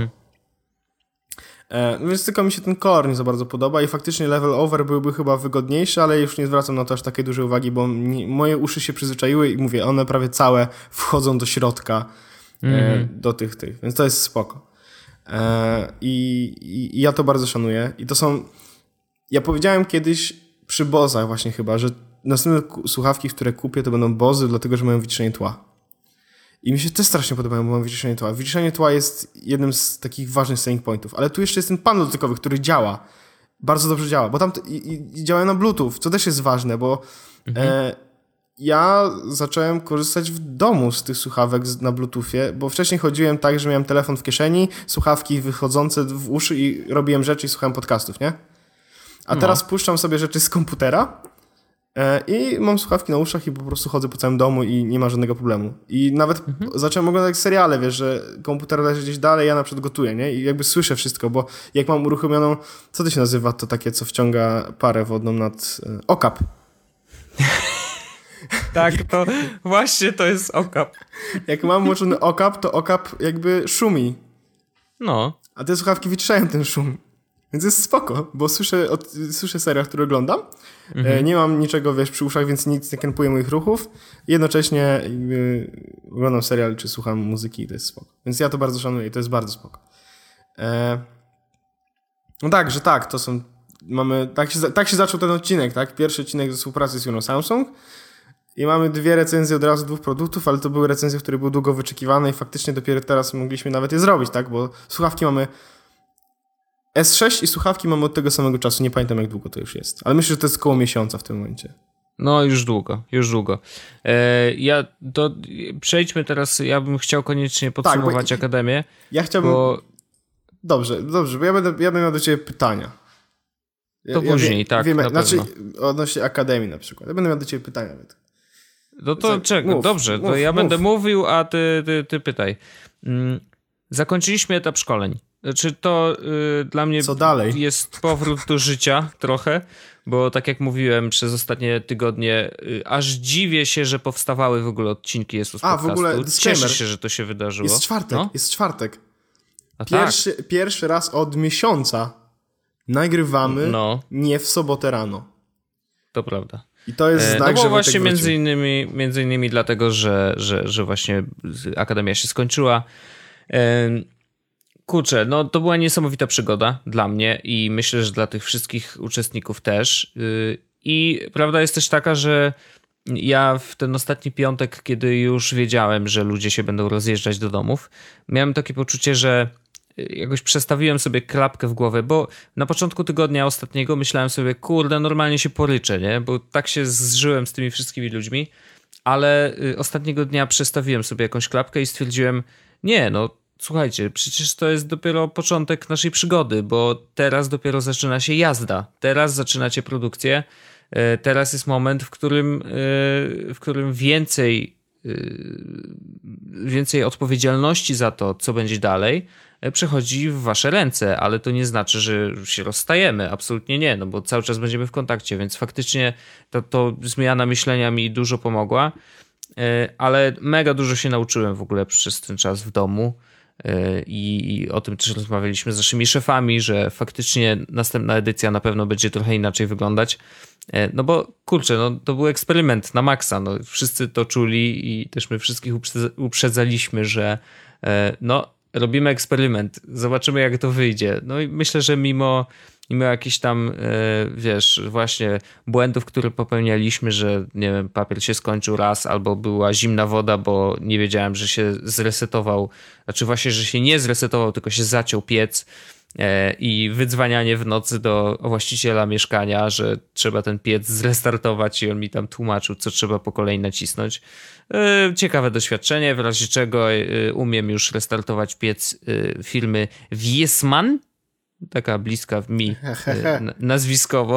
Więc tylko mi się ten kolor nie za bardzo podoba i faktycznie level over byłby chyba wygodniejszy, ale już nie zwracam na to aż takiej dużej uwagi, bo moje uszy się przyzwyczaiły i mówię, one prawie całe wchodzą do środka do tych. Więc to jest spoko. I ja to bardzo szanuję. I to są... Ja powiedziałem kiedyś przy Bozach właśnie chyba, że następne słuchawki, które kupię, to będą Bozy, dlatego że mają wyciszenie tła. I mi się też strasznie podobają, bo mają wyciszenie tła. Wyciszenie tła jest jednym z takich ważnych selling pointów. Ale tu jeszcze jest ten panel dotykowy, który działa. Bardzo dobrze działa, bo tam i działają na Bluetooth, co też jest ważne, bo ja zacząłem korzystać w domu z tych słuchawek na Bluetoothie, bo wcześniej chodziłem tak, że miałem telefon w kieszeni, słuchawki wychodzące w uszy i robiłem rzeczy i słuchałem podcastów, nie? A teraz puszczam sobie rzeczy z komputera i mam słuchawki na uszach i po prostu chodzę po całym domu i nie ma żadnego problemu. I nawet zacząłem oglądać seriale, wiesz, że komputer leży gdzieś dalej, ja na przykład gotuję, nie? I jakby słyszę wszystko, bo jak mam uruchomioną, co to się nazywa, to takie, co wciąga parę wodną nad okap. Tak, to właśnie to jest okap. Jak mam włączony okap, to okap jakby szumi. No. A te słuchawki wyciszają ten szum. Więc jest spoko, bo słyszę serial, który oglądam. Nie mam niczego, wiesz, przy uszach, więc nic nie krępuje moich ruchów. Jednocześnie oglądam serial, czy słucham muzyki i to jest spoko. Więc ja to bardzo szanuję i to jest bardzo spoko. No tak, że tak, to są... Tak się zaczął ten odcinek, tak? Pierwszy odcinek ze współpracy z firmą Samsung. I mamy 2 recenzje od razu 2 produktów, ale to były recenzje, które były długo wyczekiwane i faktycznie dopiero teraz mogliśmy nawet je zrobić, tak? Bo słuchawki mamy S6 i słuchawki mamy od tego samego czasu. Nie pamiętam, jak długo to już jest. Ale myślę, że to jest koło miesiąca w tym momencie. No, już długo. Przejdźmy teraz, ja bym chciał koniecznie podsumować Akademię. Ja chciałbym... Dobrze, bo ja będę miał do ciebie pytania. Później, tak, na znaczy, pewno. Odnośnie Akademii na przykład. Ja będę miał do ciebie pytania. No to czego? Dobrze, to ja będę mówił, a ty pytaj. Zakończyliśmy etap szkoleń. Znaczy to dla mnie co dalej? Jest powrót do życia trochę, bo tak jak mówiłem przez ostatnie tygodnie, aż dziwię się, że powstawały w ogóle odcinki Jesus Podcastu. W ogóle cieszę się, że to się wydarzyło. Jest czwartek. Pierwszy raz od miesiąca nagrywamy nie w sobotę rano. To prawda. I to jest znak, że właśnie między innymi dlatego, że właśnie Akademia się skończyła. Kurczę, no to była niesamowita przygoda dla mnie i myślę, że dla tych wszystkich uczestników też. I prawda jest też taka, że ja w ten ostatni piątek, kiedy już wiedziałem, że ludzie się będą rozjeżdżać do domów, miałem takie poczucie, że jakoś przestawiłem sobie klapkę w głowę, bo na początku tygodnia ostatniego myślałem sobie, kurde, normalnie się poryczę, nie? Bo tak się zżyłem z tymi wszystkimi ludźmi, ale ostatniego dnia przestawiłem sobie jakąś klapkę i stwierdziłem, nie, no słuchajcie, przecież to jest dopiero początek naszej przygody, bo teraz dopiero zaczyna się jazda, teraz zaczynacie produkcję, teraz jest moment, w którym więcej odpowiedzialności za to, co będzie dalej, przechodzi w wasze ręce, ale to nie znaczy, że się rozstajemy, absolutnie nie, no bo cały czas będziemy w kontakcie, więc faktycznie to zmiana myślenia mi dużo pomogła, ale mega dużo się nauczyłem w ogóle przez ten czas w domu. I o tym też rozmawialiśmy z naszymi szefami, że faktycznie następna edycja na pewno będzie trochę inaczej wyglądać. No bo kurczę, no to był eksperyment na maksa. No, wszyscy to czuli i też my wszystkich uprzedzaliśmy, że no robimy eksperyment, zobaczymy jak to wyjdzie. No i myślę, że mimo jakichś tam, wiesz, właśnie błędów, które popełnialiśmy, że nie wiem, papier się skończył raz albo była zimna woda, bo nie wiedziałem, że się zresetował, znaczy właśnie, że się nie zresetował, tylko się zaciął piec i wydzwanianie w nocy do właściciela mieszkania, że trzeba ten piec zrestartować i on mi tam tłumaczył, co trzeba po kolei nacisnąć. Ciekawe doświadczenie, w razie czego umiem już restartować piec firmy Wiesmann, taka bliska mi nazwiskowo.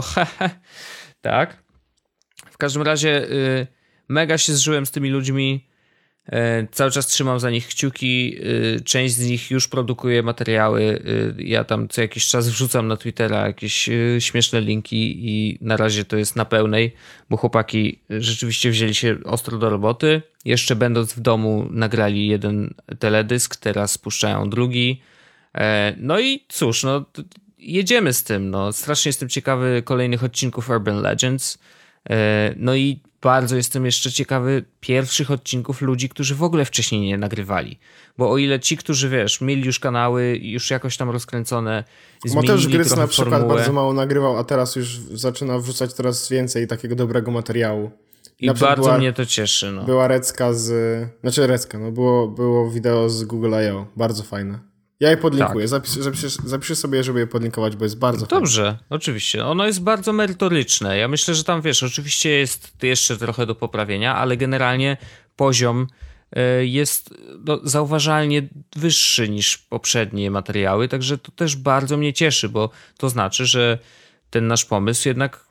Tak. W każdym razie mega się zżyłem z tymi ludźmi. Cały czas trzymam za nich kciuki. Część z nich już produkuje materiały. Ja tam co jakiś czas wrzucam na Twittera jakieś śmieszne linki i na razie to jest na pełnej, bo chłopaki rzeczywiście wzięli się ostro do roboty. Jeszcze będąc w domu nagrali jeden teledysk, teraz puszczają drugi. No i cóż, no jedziemy z tym. No. Strasznie jestem ciekawy kolejnych odcinków Urban Legends. No i bardzo jestem jeszcze ciekawy pierwszych odcinków ludzi, którzy w ogóle wcześniej nie nagrywali. Bo o ile ci, którzy wiesz, mieli już kanały już jakoś tam rozkręcone, Mateusz Gryc na przykład formułę. bardzo mało nagrywał, a teraz już zaczyna wrzucać coraz więcej takiego dobrego materiału. I bardzo mnie to cieszy. No. Była Recka no było wideo z Google I.O. Bardzo fajne. Ja je podlinkuję. Tak. Zapiszę sobie, żeby je podlinkować, bo jest bardzo fajne. Dobrze, oczywiście. Ono jest bardzo merytoryczne. Ja myślę, że tam, wiesz, oczywiście jest jeszcze trochę do poprawienia, ale generalnie poziom jest zauważalnie wyższy niż poprzednie materiały, także to też bardzo mnie cieszy, bo to znaczy, że ten nasz pomysł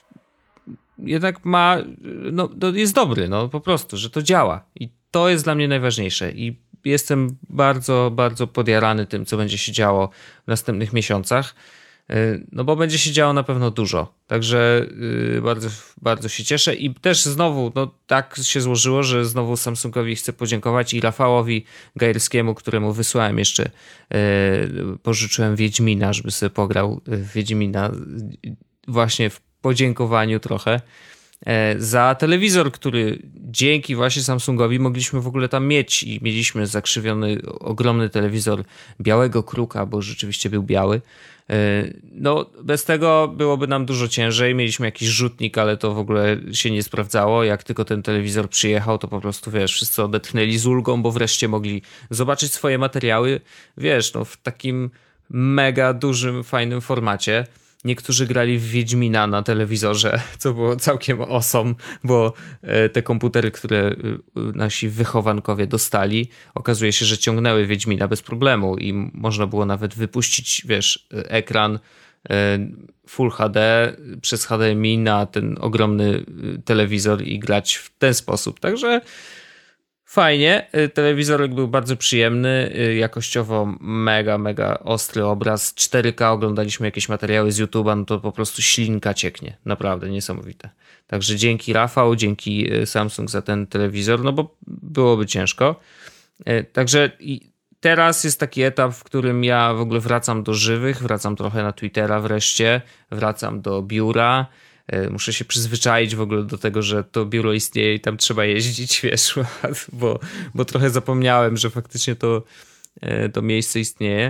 jednak ma, no, jest dobry, no po prostu, że to działa i to jest dla mnie najważniejsze i jestem bardzo, bardzo podjarany tym, co będzie się działo w następnych miesiącach, no bo będzie się działo na pewno dużo, także bardzo, bardzo się cieszę i też znowu, no tak się złożyło, że znowu Samsungowi chcę podziękować i Rafałowi Gajewskiemu, któremu wysłałem jeszcze, pożyczyłem Wiedźmina, żeby sobie pograł w Wiedźmina właśnie w podziękowaniu trochę za telewizor, który dzięki właśnie Samsungowi mogliśmy w ogóle tam mieć i mieliśmy zakrzywiony ogromny telewizor białego kruka, bo rzeczywiście był biały. No bez tego byłoby nam dużo ciężej, mieliśmy jakiś rzutnik, ale to w ogóle się nie sprawdzało. Jak tylko ten telewizor przyjechał, to po prostu wiesz, wszyscy odetchnęli z ulgą, bo wreszcie mogli zobaczyć swoje materiały, wiesz, no w takim mega dużym, fajnym formacie. Niektórzy grali w Wiedźmina na telewizorze, co było całkiem awesome, bo te komputery, które nasi wychowankowie dostali, okazuje się, że ciągnęły Wiedźmina bez problemu i można było nawet wypuścić, wiesz, ekran Full HD przez HDMI na ten ogromny telewizor i grać w ten sposób. Także fajnie, telewizorek był bardzo przyjemny, jakościowo mega, mega ostry obraz, 4K, oglądaliśmy jakieś materiały z YouTube'a, no to po prostu ślinka cieknie, naprawdę niesamowite. Także dzięki Rafał, dzięki Samsung za ten telewizor, no bo byłoby ciężko. Także i teraz jest taki etap, w którym ja w ogóle wracam do żywych, wracam trochę na Twittera wreszcie, wracam do biura. Muszę się przyzwyczaić w ogóle do tego, że to biuro istnieje i tam trzeba jeździć, wiesz, bo trochę zapomniałem, że faktycznie to miejsce istnieje.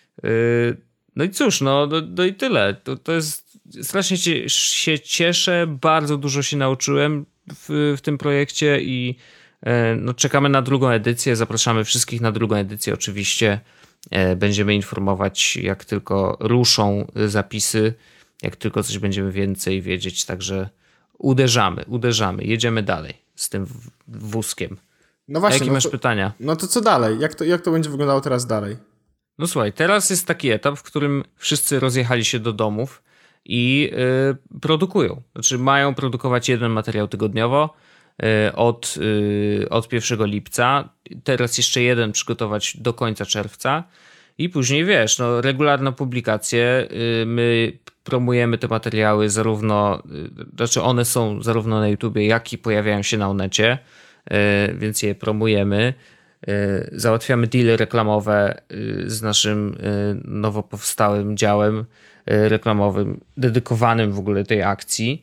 No i cóż, no i tyle. To jest, strasznie się cieszę, bardzo dużo się nauczyłem w tym projekcie i no, czekamy na drugą edycję, zapraszamy wszystkich na drugą edycję oczywiście. Będziemy informować, jak tylko ruszą zapisy, jak tylko coś będziemy więcej wiedzieć, także uderzamy, jedziemy dalej z tym wózkiem. No właśnie. A jakie masz pytania? No to co dalej? Jak to będzie wyglądało teraz dalej? No słuchaj, teraz jest taki etap, w którym wszyscy rozjechali się do domów i produkują. Znaczy mają produkować jeden materiał tygodniowo od 1 lipca. Teraz jeszcze jeden przygotować do końca czerwca. I później wiesz, no regularne publikacje, my promujemy te materiały zarówno, znaczy one są zarówno na YouTubie, jak i pojawiają się na Onecie, więc je promujemy. załatwiamy deale reklamowe z naszym nowo powstałym działem reklamowym, dedykowanym w ogóle tej akcji.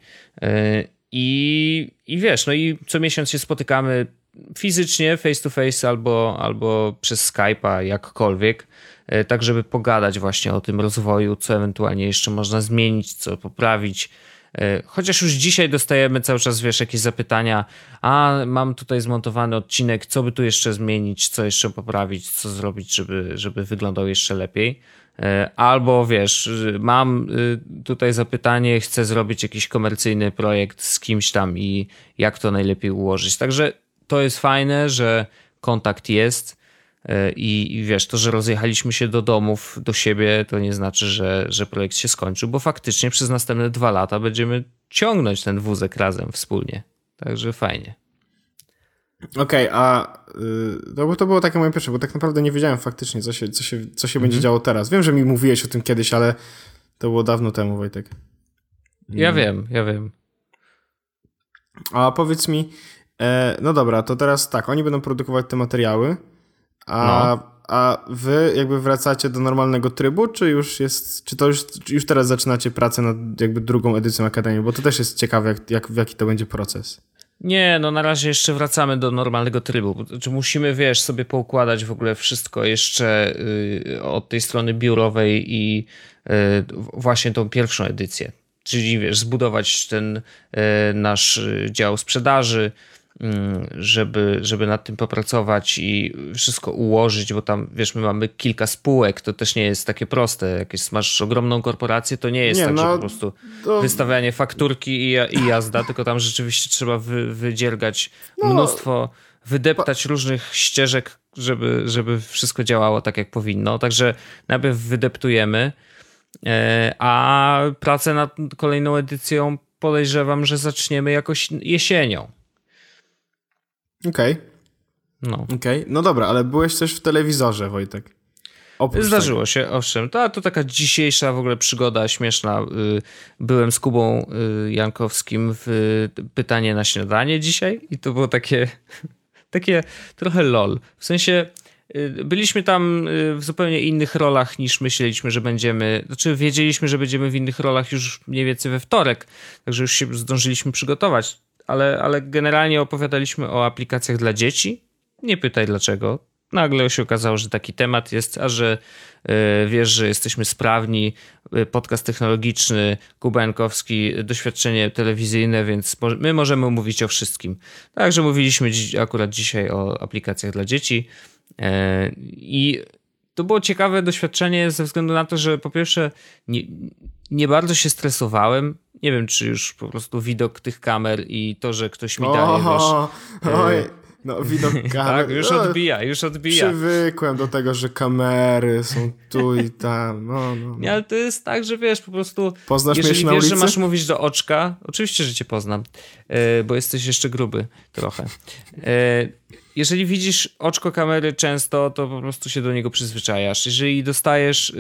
I wiesz, no i co miesiąc się spotykamy fizycznie, face to face albo przez Skype'a, jakkolwiek, tak żeby pogadać właśnie o tym rozwoju, co ewentualnie jeszcze można zmienić, co poprawić. Chociaż już dzisiaj dostajemy cały czas, wiesz, jakieś zapytania, mam tutaj zmontowany odcinek, co by tu jeszcze zmienić, co jeszcze poprawić, co zrobić, żeby wyglądał jeszcze lepiej. Albo wiesz, mam tutaj zapytanie, chcę zrobić jakiś komercyjny projekt z kimś tam i jak to najlepiej ułożyć. Także to jest fajne, że kontakt jest i wiesz, to, że rozjechaliśmy się do domów, do siebie, to nie znaczy, że projekt się skończył, bo faktycznie przez następne 2 lata będziemy ciągnąć ten wózek razem wspólnie. Także fajnie. Okej, bo to było takie moje pierwsze, bo tak naprawdę nie wiedziałem faktycznie, co się będzie działo teraz. Wiem, że mi mówiłeś o tym kiedyś, ale to było dawno temu, Wojtek. Ja wiem. A powiedz mi, no dobra, to teraz tak, oni będą produkować te materiały, a wy jakby wracacie do normalnego trybu, czy to już teraz zaczynacie pracę nad jakby drugą edycją Akademii, bo to też jest ciekawe, jaki to będzie proces. Nie, no na razie jeszcze wracamy do normalnego trybu. Znaczy musimy, wiesz, sobie poukładać w ogóle wszystko jeszcze od tej strony biurowej i właśnie tą pierwszą edycję. Czyli, wiesz, zbudować ten nasz dział sprzedaży, żeby nad tym popracować i wszystko ułożyć, bo tam, wiesz, my mamy kilka spółek, to też nie jest takie proste. Jak masz ogromną korporację, to nie jest że po prostu wystawianie fakturki i jazda, tylko tam rzeczywiście trzeba wydziergać mnóstwo, wydeptać różnych ścieżek, żeby wszystko działało tak, jak powinno. Także najpierw wydeptujemy, a pracę nad kolejną edycją podejrzewam, że zaczniemy jakoś jesienią. Okej. No dobra, ale byłeś też w telewizorze, Wojtek. Zdarzyło się, owszem. To taka dzisiejsza w ogóle przygoda śmieszna. Byłem z Kubą Jankowskim w Pytanie na śniadanie dzisiaj i to było takie trochę lol. W sensie byliśmy tam w zupełnie innych rolach niż myśleliśmy, że będziemy. Znaczy wiedzieliśmy, że będziemy w innych rolach już mniej więcej we wtorek, także już się zdążyliśmy przygotować. Ale generalnie opowiadaliśmy o aplikacjach dla dzieci. Nie pytaj dlaczego. Nagle się okazało, że taki temat jest, a że wiesz, że jesteśmy sprawni, podcast technologiczny, Kuba Jankowski, doświadczenie telewizyjne, więc my możemy mówić o wszystkim. Także mówiliśmy akurat dzisiaj o aplikacjach dla dzieci i to było ciekawe doświadczenie ze względu na to, że po pierwsze nie bardzo się stresowałem. Nie wiem, czy już po prostu widok tych kamer i to, że ktoś mi daje, wiesz... No, widok kamer. Tak, już odbija. Przywykłem do tego, że kamery są tu i tam. No. Nie, ale to jest tak, że wiesz, po prostu... Poznasz mnie jeżeli na wiesz, ulicy? że masz mówić do oczka, oczywiście, że cię poznam, bo jesteś jeszcze gruby trochę. Jeżeli widzisz oczko kamery często, to po prostu się do niego przyzwyczajasz. Jeżeli dostajesz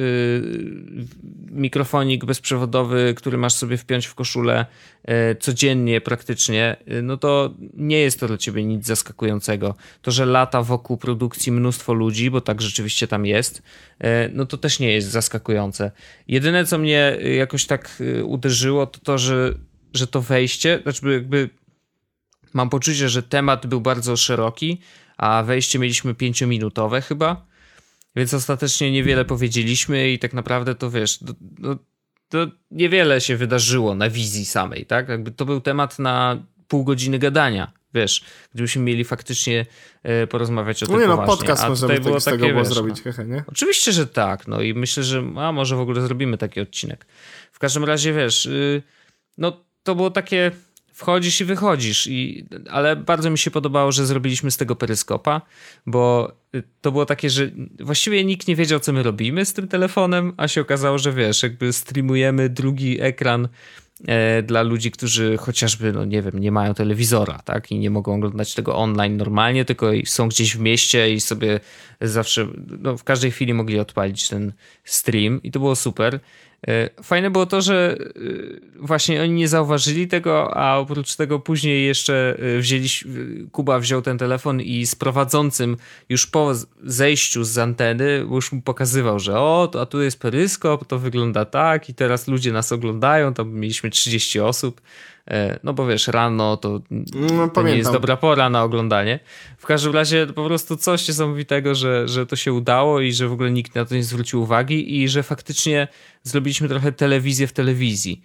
mikrofonik bezprzewodowy, który masz sobie wpiąć w koszulę codziennie praktycznie, no to nie jest to dla ciebie nic zaskakującego. To, że lata wokół produkcji mnóstwo ludzi, bo tak rzeczywiście tam jest, no to też nie jest zaskakujące. Jedyne, co mnie jakoś tak uderzyło, to że to wejście, znaczy jakby mam poczucie, że temat był bardzo szeroki, a wejście mieliśmy 5-minutowe chyba, więc ostatecznie niewiele powiedzieliśmy i tak naprawdę to wiesz, to niewiele się wydarzyło na wizji samej, tak? Jakby to był temat na pół godziny gadania, wiesz, gdybyśmy mieli faktycznie porozmawiać o tym poważnie. Podcast możemy było z tego było zrobić, nie? Oczywiście, że tak, no i myślę, że może w ogóle zrobimy taki odcinek. W każdym razie, wiesz, no to było takie... Wchodzisz i wychodzisz, ale bardzo mi się podobało, że zrobiliśmy z tego peryskopa, bo to było takie, że właściwie nikt nie wiedział, co my robimy z tym telefonem, a się okazało, że wiesz, jakby streamujemy drugi ekran dla ludzi, którzy chociażby, no nie wiem, nie mają telewizora, tak? I nie mogą oglądać tego online normalnie, tylko są gdzieś w mieście i sobie zawsze, no w każdej chwili mogli odpalić ten stream i to było super. Fajne było to, że właśnie oni nie zauważyli tego, a oprócz tego później jeszcze Kuba wziął ten telefon i z prowadzącym już po zejściu z anteny już mu pokazywał, że a tu jest peryskop, to wygląda tak i teraz ludzie nas oglądają, tam mieliśmy 30 osób. No bo wiesz, rano to nie jest dobra pora na oglądanie. W każdym razie po prostu coś niesamowitego, że to się udało i że w ogóle nikt na to nie zwrócił uwagi i że faktycznie zrobiliśmy trochę telewizję w telewizji.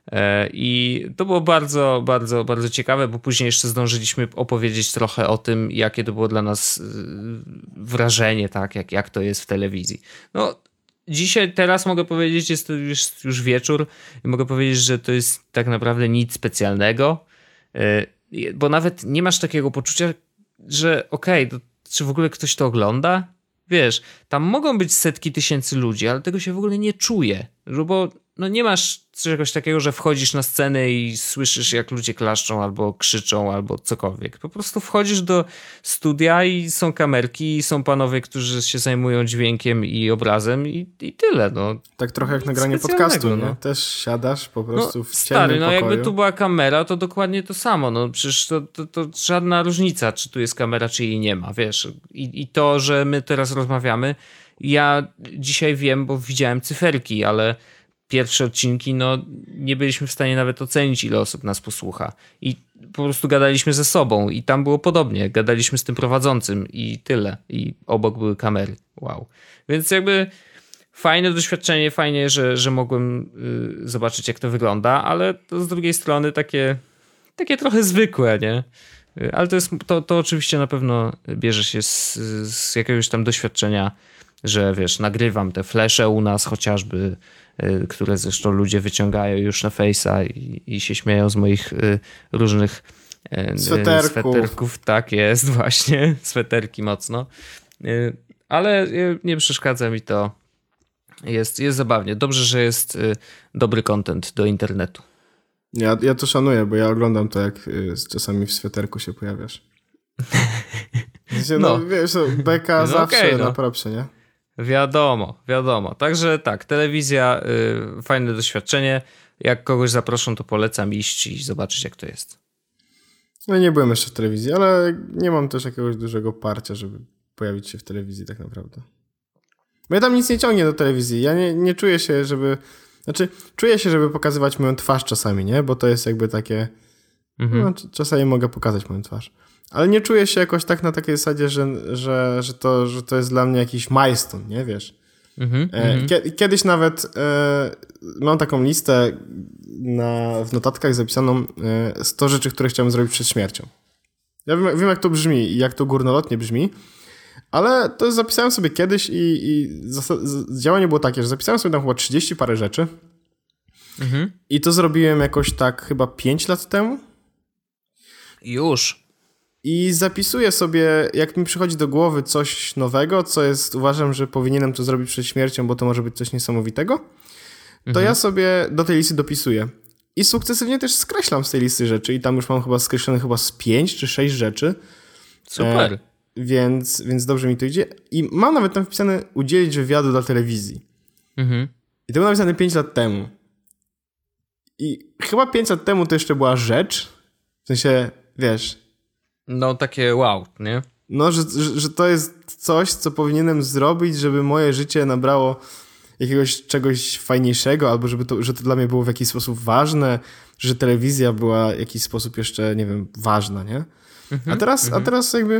I to było bardzo, bardzo, bardzo ciekawe, bo później jeszcze zdążyliśmy opowiedzieć trochę o tym, jakie to było dla nas wrażenie, tak, jak to jest w telewizji. No, teraz mogę powiedzieć, jest to już wieczór i mogę powiedzieć, że to jest tak naprawdę nic specjalnego, bo nawet nie masz takiego poczucia, że czy w ogóle ktoś to ogląda? Wiesz, tam mogą być setki tysięcy ludzi, ale tego się w ogóle nie czuje, bo no nie masz czegoś takiego, że wchodzisz na scenę i słyszysz, jak ludzie klaszczą albo krzyczą, albo cokolwiek. Po prostu wchodzisz do studia i są kamerki, i są panowie, którzy się zajmują dźwiękiem i obrazem i tyle. No. Tak trochę jak nagranie podcastu, nie? Też siadasz po prostu w ciemnym pokoju. Jakby tu była kamera, to dokładnie to samo. No przecież to żadna różnica, czy tu jest kamera, czy jej nie ma, wiesz. I to, że my teraz rozmawiamy, ja dzisiaj wiem, bo widziałem cyferki, ale pierwsze odcinki, no nie byliśmy w stanie nawet ocenić, ile osób nas posłucha. I po prostu gadaliśmy ze sobą i tam było podobnie. Gadaliśmy z tym prowadzącym i tyle. I obok były kamery. Wow. Więc jakby fajne doświadczenie, fajnie, że mogłem zobaczyć, jak to wygląda, ale to z drugiej strony takie trochę zwykłe, nie? Ale to oczywiście na pewno bierze się z jakiegoś tam doświadczenia, że wiesz, nagrywam te flesze u nas chociażby, które zresztą ludzie wyciągają już na Face'a i się śmieją z moich różnych sweterków. Tak jest, właśnie. Sweterki mocno. Ale nie przeszkadza mi to. Jest zabawnie. Dobrze, że jest dobry content do internetu. Ja to szanuję, bo ja oglądam to, jak czasami w sweterku się pojawiasz. No wiesz, beka zawsze na propsie, nie? Wiadomo. Także tak, telewizja, fajne doświadczenie. Jak kogoś zaproszą, to polecam iść i zobaczyć, jak to jest. No nie byłem jeszcze w telewizji, ale nie mam też jakiegoś dużego parcia, żeby pojawić się w telewizji tak naprawdę. Bo ja tam nic nie ciągnie do telewizji. Ja nie czuję się, czuję się, żeby pokazywać moją twarz czasami, nie? Bo to jest jakby takie... No, czasami mogę pokazać moją twarz. Ale nie czuję się jakoś tak na takiej zasadzie, że to jest dla mnie jakiś milestone, nie? Wiesz? Kiedyś nawet mam taką listę w notatkach zapisaną 100 rzeczy, które chciałem zrobić przed śmiercią. Ja wiem, jak to brzmi i jak to górnolotnie brzmi, ale to zapisałem sobie kiedyś i działanie było takie, że zapisałem sobie tam chyba 30 parę rzeczy i to zrobiłem jakoś tak chyba 5 lat temu. Już. I zapisuję sobie, jak mi przychodzi do głowy coś nowego, co uważam, że powinienem to zrobić przed śmiercią, bo to może być coś niesamowitego, to ja sobie do tej listy dopisuję. I sukcesywnie też skreślam z tej listy rzeczy i tam już mam skreślone z 5 czy 6 rzeczy. Super. Więc dobrze mi to idzie. I mam nawet tam wpisane udzielić wywiadu dla telewizji. I to było napisane 5 lat temu. I chyba 5 lat temu to jeszcze była rzecz. W sensie, wiesz... No takie wow, nie? No, że to jest coś, co powinienem zrobić, żeby moje życie nabrało jakiegoś czegoś fajniejszego, albo że to dla mnie było w jakiś sposób ważne, że telewizja była w jakiś sposób jeszcze, nie wiem, ważna, nie? A teraz jakby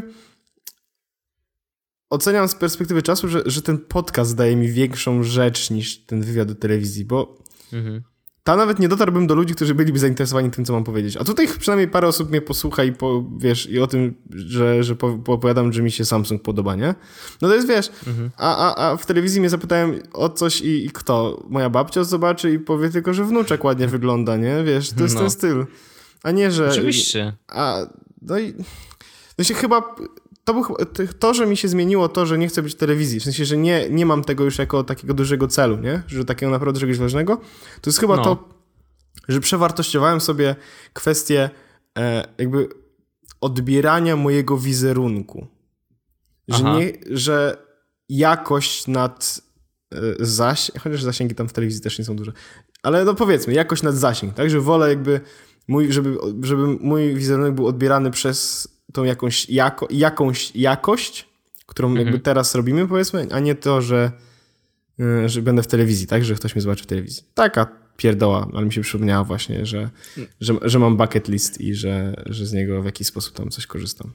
oceniam z perspektywy czasu, że ten podcast daje mi większą rzecz niż ten wywiad do telewizji, bo tam nawet nie dotarłbym do ludzi, którzy byliby zainteresowani tym, co mam powiedzieć. A tutaj przynajmniej parę osób mnie posłucha i o tym, że opowiadam, że mi się Samsung podoba, nie? No to jest, wiesz, a w telewizji mnie zapytałem o coś i kto? Moja babcia zobaczy i powie tylko, że wnuczek ładnie wygląda, nie? Wiesz, to jest ten styl. A nie, że... Oczywiście. No i się chyba... to, że mi się zmieniło to, że nie chcę być w telewizji, w sensie, że nie mam tego już jako takiego dużego celu, nie? Że takiego naprawdę czegoś ważnego, to jest chyba to, że przewartościowałem sobie kwestię jakby odbierania mojego wizerunku. Że jakość nad chociaż zasięgi tam w telewizji też nie są duże, ale no powiedzmy, jakość nad zasięg, tak? Że wolę jakby żeby mój wizerunek był odbierany przez tą jakąś jakość, którą jakby teraz robimy, powiedzmy, a nie to, że będę w telewizji, tak? Że ktoś mnie zobaczy w telewizji. Taka pierdoła, ale mi się przypomniała właśnie, że mam bucket list i że z niego w jakiś sposób tam coś korzystam.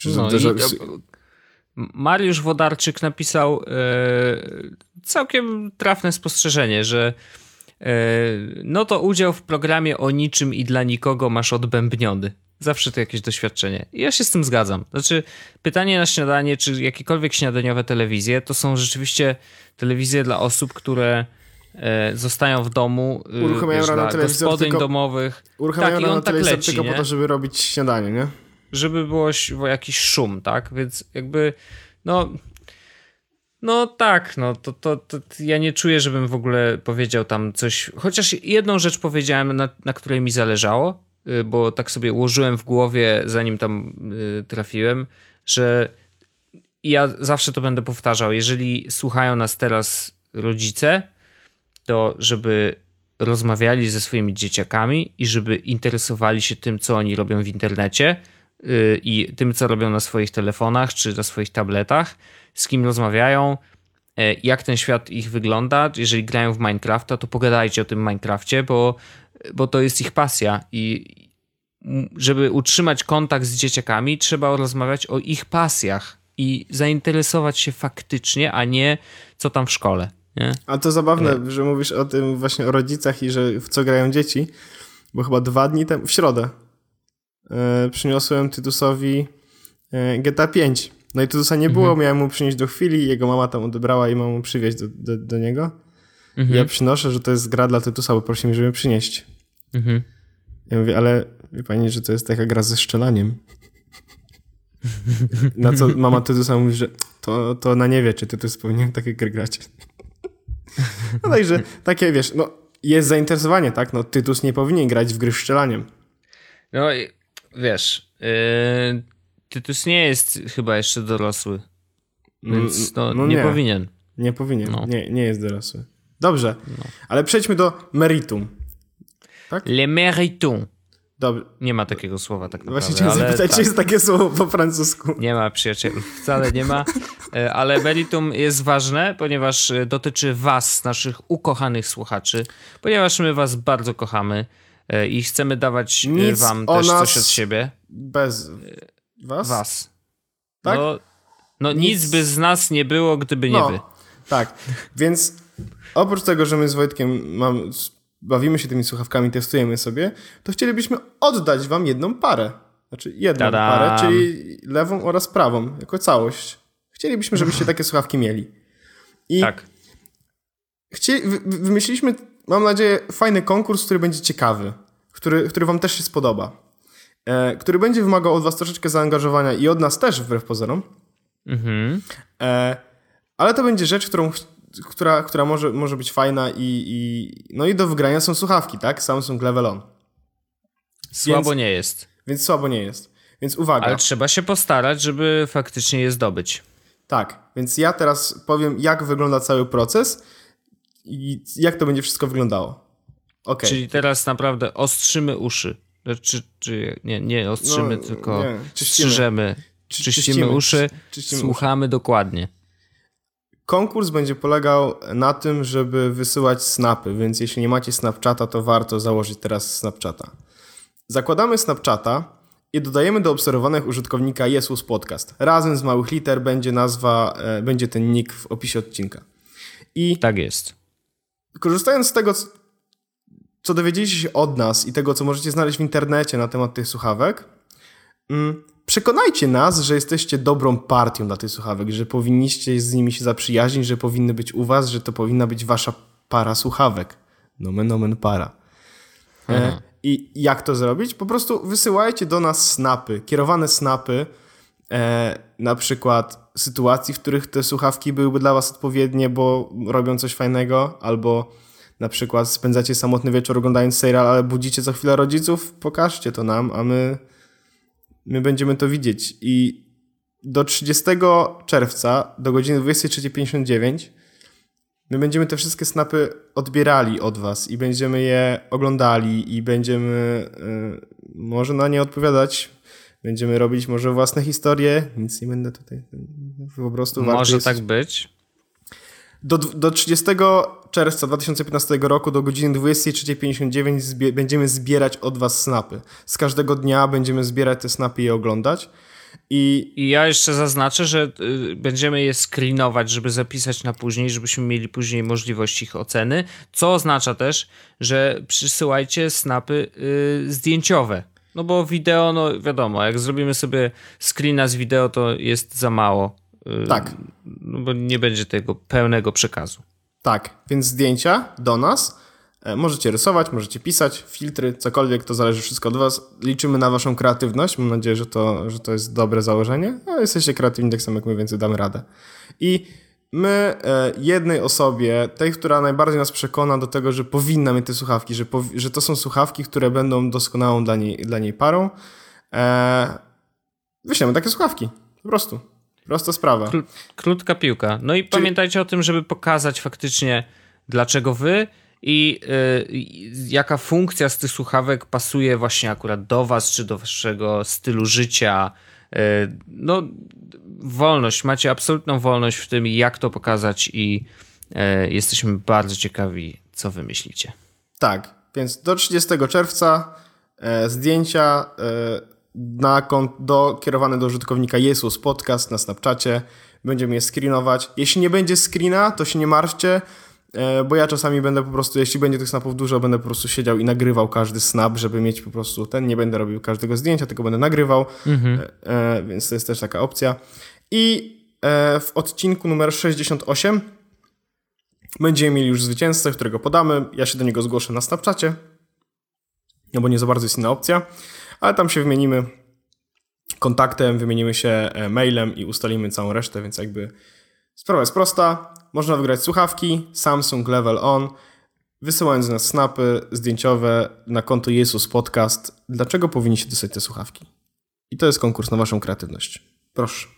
Mariusz Wodarczyk napisał całkiem trafne spostrzeżenie, że no to udział w programie o niczym i dla nikogo masz odbębniony. Zawsze to jakieś doświadczenie. I ja się z tym zgadzam. Znaczy, pytanie na śniadanie, czy jakiekolwiek śniadaniowe telewizje, to są rzeczywiście telewizje dla osób, które zostają w domu, dla gospodyń domowych. Uruchamiają rano telewizor tylko po to, żeby robić śniadanie, nie? Żeby było jakiś szum, tak? Więc jakby, no tak, to ja nie czuję, żebym w ogóle powiedział tam coś, chociaż jedną rzecz powiedziałem, na której mi zależało, bo tak sobie ułożyłem w głowie, zanim tam trafiłem, że ja zawsze to będę powtarzał, jeżeli słuchają nas teraz rodzice, to żeby rozmawiali ze swoimi dzieciakami i żeby interesowali się tym, co oni robią w internecie i tym, co robią na swoich telefonach czy na swoich tabletach, z kim rozmawiają, jak ten świat ich wygląda. Jeżeli grają w Minecrafta, to pogadajcie o tym Minecrafcie, bo to jest ich pasja i żeby utrzymać kontakt z dzieciakami, trzeba rozmawiać o ich pasjach i zainteresować się faktycznie, a nie co tam w szkole. Nie? A to zabawne, że mówisz o tym właśnie o rodzicach i że w co grają dzieci, bo chyba 2 dni temu, w środę, przyniosłem Tytusowi GTA 5. No i Tytusa nie było, miałem mu przynieść do chwili, jego mama tam odebrała i mam mu przywieźć do niego. Ja przynoszę, że to jest gra dla Tytusa, bo prosi mi, żeby przynieść. Ja mówię, ale wie pani, że to jest taka gra ze strzelaniem. Na co mama Tytusa mówi, że to ona nie wie, czy Tytus powinien takie gry grać. No także takie, wiesz, jest zainteresowanie, tak? No Tytus nie powinien grać w gry z strzelaniem. No wiesz, Tytus nie jest chyba jeszcze dorosły, więc nie powinien. Nie powinien, nie jest dorosły. Dobrze, ale przejdźmy do meritum. Tak? Le meritum. Dobrze. Nie ma takiego słowa tak naprawdę. Właśnie chciałem zapytać, czy jest takie słowo po francusku. Nie ma, przyjacielu, wcale nie ma. Ale meritum jest ważne, ponieważ dotyczy was, naszych ukochanych słuchaczy, ponieważ my was bardzo kochamy i chcemy dawać wam też coś od siebie. Bez was? Was. Tak? Nic by z nas nie było, gdyby nie wy. Tak, więc oprócz tego, że my z Wojtkiem bawimy się tymi słuchawkami, testujemy sobie, to chcielibyśmy oddać wam jedną parę. Znaczy jedną parę, czyli lewą oraz prawą, jako całość. Chcielibyśmy, żebyście takie słuchawki mieli. I tak. Wymyśliliśmy, mam nadzieję, fajny konkurs, który będzie ciekawy, który wam też się spodoba. Który będzie wymagał od was troszeczkę zaangażowania i od nas też, wbrew pozorom. Ale to będzie rzecz, która może być fajna i do wygrania są słuchawki, tak? Samsung Level On. Słabo nie jest. Więc słabo nie jest. Więc uwaga. Ale trzeba się postarać, żeby faktycznie je zdobyć. Tak, więc ja teraz powiem, jak wygląda cały proces i jak to będzie wszystko wyglądało. Okay. Czyli teraz naprawdę ostrzymy uszy. Czy nie ostrzymy, tylko czyścimy uszy, słuchamy dokładnie. Konkurs będzie polegał na tym, żeby wysyłać snapy, więc jeśli nie macie Snapchata, to warto założyć teraz Snapchata. Zakładamy Snapchata i dodajemy do obserwowanych użytkownika Jesus Podcast. Razem z małych liter będzie nazwa, będzie ten nick w opisie odcinka. I tak jest. Korzystając z tego, co dowiedzieliście się od nas i tego, co możecie znaleźć w internecie na temat tych słuchawek, przekonajcie nas, że jesteście dobrą partią dla tych słuchawek, że powinniście z nimi się zaprzyjaźnić, że powinny być u was, że to powinna być wasza para słuchawek. Nomen omen para. I jak to zrobić? Po prostu wysyłajcie do nas snapy, kierowane snapy na przykład sytuacji, w których te słuchawki byłyby dla was odpowiednie, bo robią coś fajnego, albo na przykład spędzacie samotny wieczór oglądając serial, ale budzicie co chwilę rodziców, pokażcie to nam, a my będziemy to widzieć. I do 30 czerwca, do godziny 23:59 my będziemy te wszystkie snapy odbierali od was i będziemy je oglądali i będziemy może na nie odpowiadać. Będziemy robić może własne historie. Nic nie będę tutaj po prostu... Może tak być. Do 30 czerwca 2015 roku do godziny 23:59 będziemy zbierać od was snapy. Z każdego dnia będziemy zbierać te snapy i je oglądać. I ja jeszcze zaznaczę, że będziemy je screenować, żeby zapisać na później, żebyśmy mieli później możliwość ich oceny, co oznacza też, że przysyłajcie snapy zdjęciowe. No bo wideo, no wiadomo, jak zrobimy sobie screena z wideo, to jest za mało. Tak. No bo nie będzie tego pełnego przekazu. Tak, więc zdjęcia do nas. Możecie rysować, możecie pisać, filtry, cokolwiek, to zależy wszystko od was. Liczymy na waszą kreatywność. Mam nadzieję, że to jest dobre założenie. No, jesteście kreatywni, tak samo jak my, więc damy radę. I my jednej osobie, tej, która najbardziej nas przekona do tego, że powinna mieć te słuchawki, że to są słuchawki, które będą doskonałą dla niej parą, wyślemy takie słuchawki. Po prostu. Prosta sprawa. Krótka piłka. No i pamiętajcie o tym, żeby pokazać faktycznie, dlaczego wy i jaka funkcja z tych słuchawek pasuje właśnie akurat do was, czy do waszego stylu życia. No, wolność. Macie absolutną wolność w tym, jak to pokazać i jesteśmy bardzo ciekawi, co wymyślicie. Tak, więc do 30 czerwca zdjęcia kierowane do użytkownika Jesus Podcast na Snapchacie. Będziemy je screenować. Jeśli nie będzie screena, to się nie martwcie, bo ja czasami będę po prostu, jeśli będzie tych snapów dużo, będę po prostu siedział i nagrywał każdy snap, żeby mieć po prostu nie będę robił każdego zdjęcia, tylko będę nagrywał, więc to jest też taka opcja. I w odcinku numer 68 będziemy mieli już zwycięzcę, którego podamy. Ja się do niego zgłoszę na Snapchacie, no bo nie za bardzo jest inna opcja, ale tam się wymienimy kontaktem, wymienimy się mailem i ustalimy całą resztę, więc jakby sprawa jest prosta. Można wygrać słuchawki Samsung Level On, wysyłając do nas snapy zdjęciowe na konto Jesus Podcast. Dlaczego powinniście dostać te słuchawki? I to jest konkurs na waszą kreatywność. Proszę.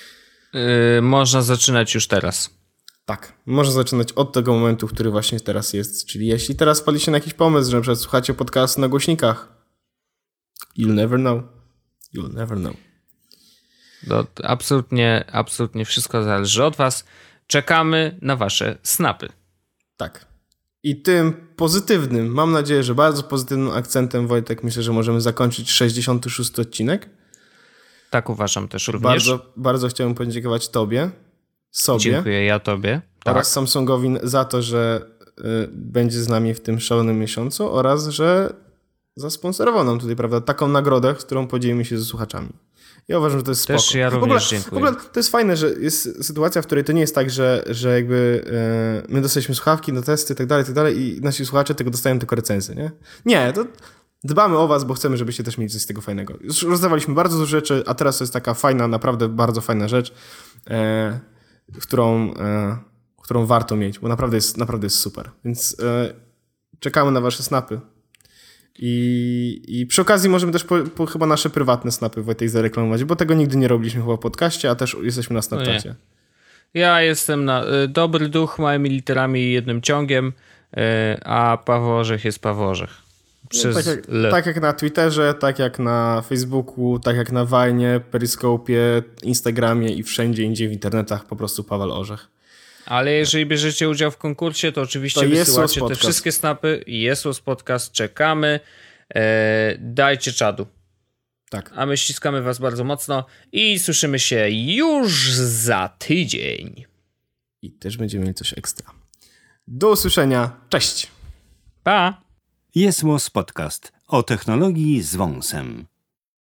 Można zaczynać już teraz. Tak, można zaczynać od tego momentu, który właśnie teraz jest. Czyli jeśli teraz wpadliście na jakiś pomysł, że na przykład słuchacie podcastu na głośnikach, you'll never know. You'll never know. No, absolutnie wszystko zależy od was. Czekamy na wasze snapy. Tak. I tym pozytywnym, mam nadzieję, że bardzo pozytywnym akcentem, Wojtek, myślę, że możemy zakończyć 66 odcinek. Tak uważam też również. Bardzo, bardzo chciałbym podziękować tobie, sobie. Dziękuję, ja tobie. Oraz Samsungowi za to, że będzie z nami w tym szalonym miesiącu oraz, że zasponsorował nam tutaj, prawda, taką nagrodę, z którą podzielimy się ze słuchaczami. Ja uważam, że to jest spoko. Też ja również dziękuję. W ogóle to jest fajne, że jest sytuacja, w której to nie jest tak, że jakby my dostaliśmy słuchawki na testy i tak dalej i nasi słuchacze tego dostają tylko recenzje, nie? Nie, to dbamy o was, bo chcemy, żebyście też mieli coś z tego fajnego. Już rozdawaliśmy bardzo dużo rzeczy, a teraz to jest taka fajna, naprawdę bardzo fajna rzecz, którą warto mieć, bo naprawdę jest super. Więc czekamy na wasze snapy. I przy okazji możemy też chyba nasze prywatne snapy, Wojtek, zareklamować, bo tego nigdy nie robiliśmy chyba w podcaście, a też jesteśmy na Snapchacie. Ja jestem na Dobry Duch małymi literami i jednym ciągiem, a Paweł Orzech jest Paweł Orzech. Tak jak na Twitterze, tak jak na Facebooku, tak jak na Vine'ie, Periscope'ie, Instagramie i wszędzie indziej w internetach, po prostu Paweł Orzech. Ale jeżeli bierzecie udział w konkursie, to oczywiście wysyłacie te wszystkie snapy. Jesus Podcast, czekamy. Dajcie czadu. Tak. A my ściskamy was bardzo mocno i słyszymy się już za tydzień. I też będziemy mieli coś ekstra. Do usłyszenia. Cześć. Pa. Jesus Podcast o technologii z wąsem.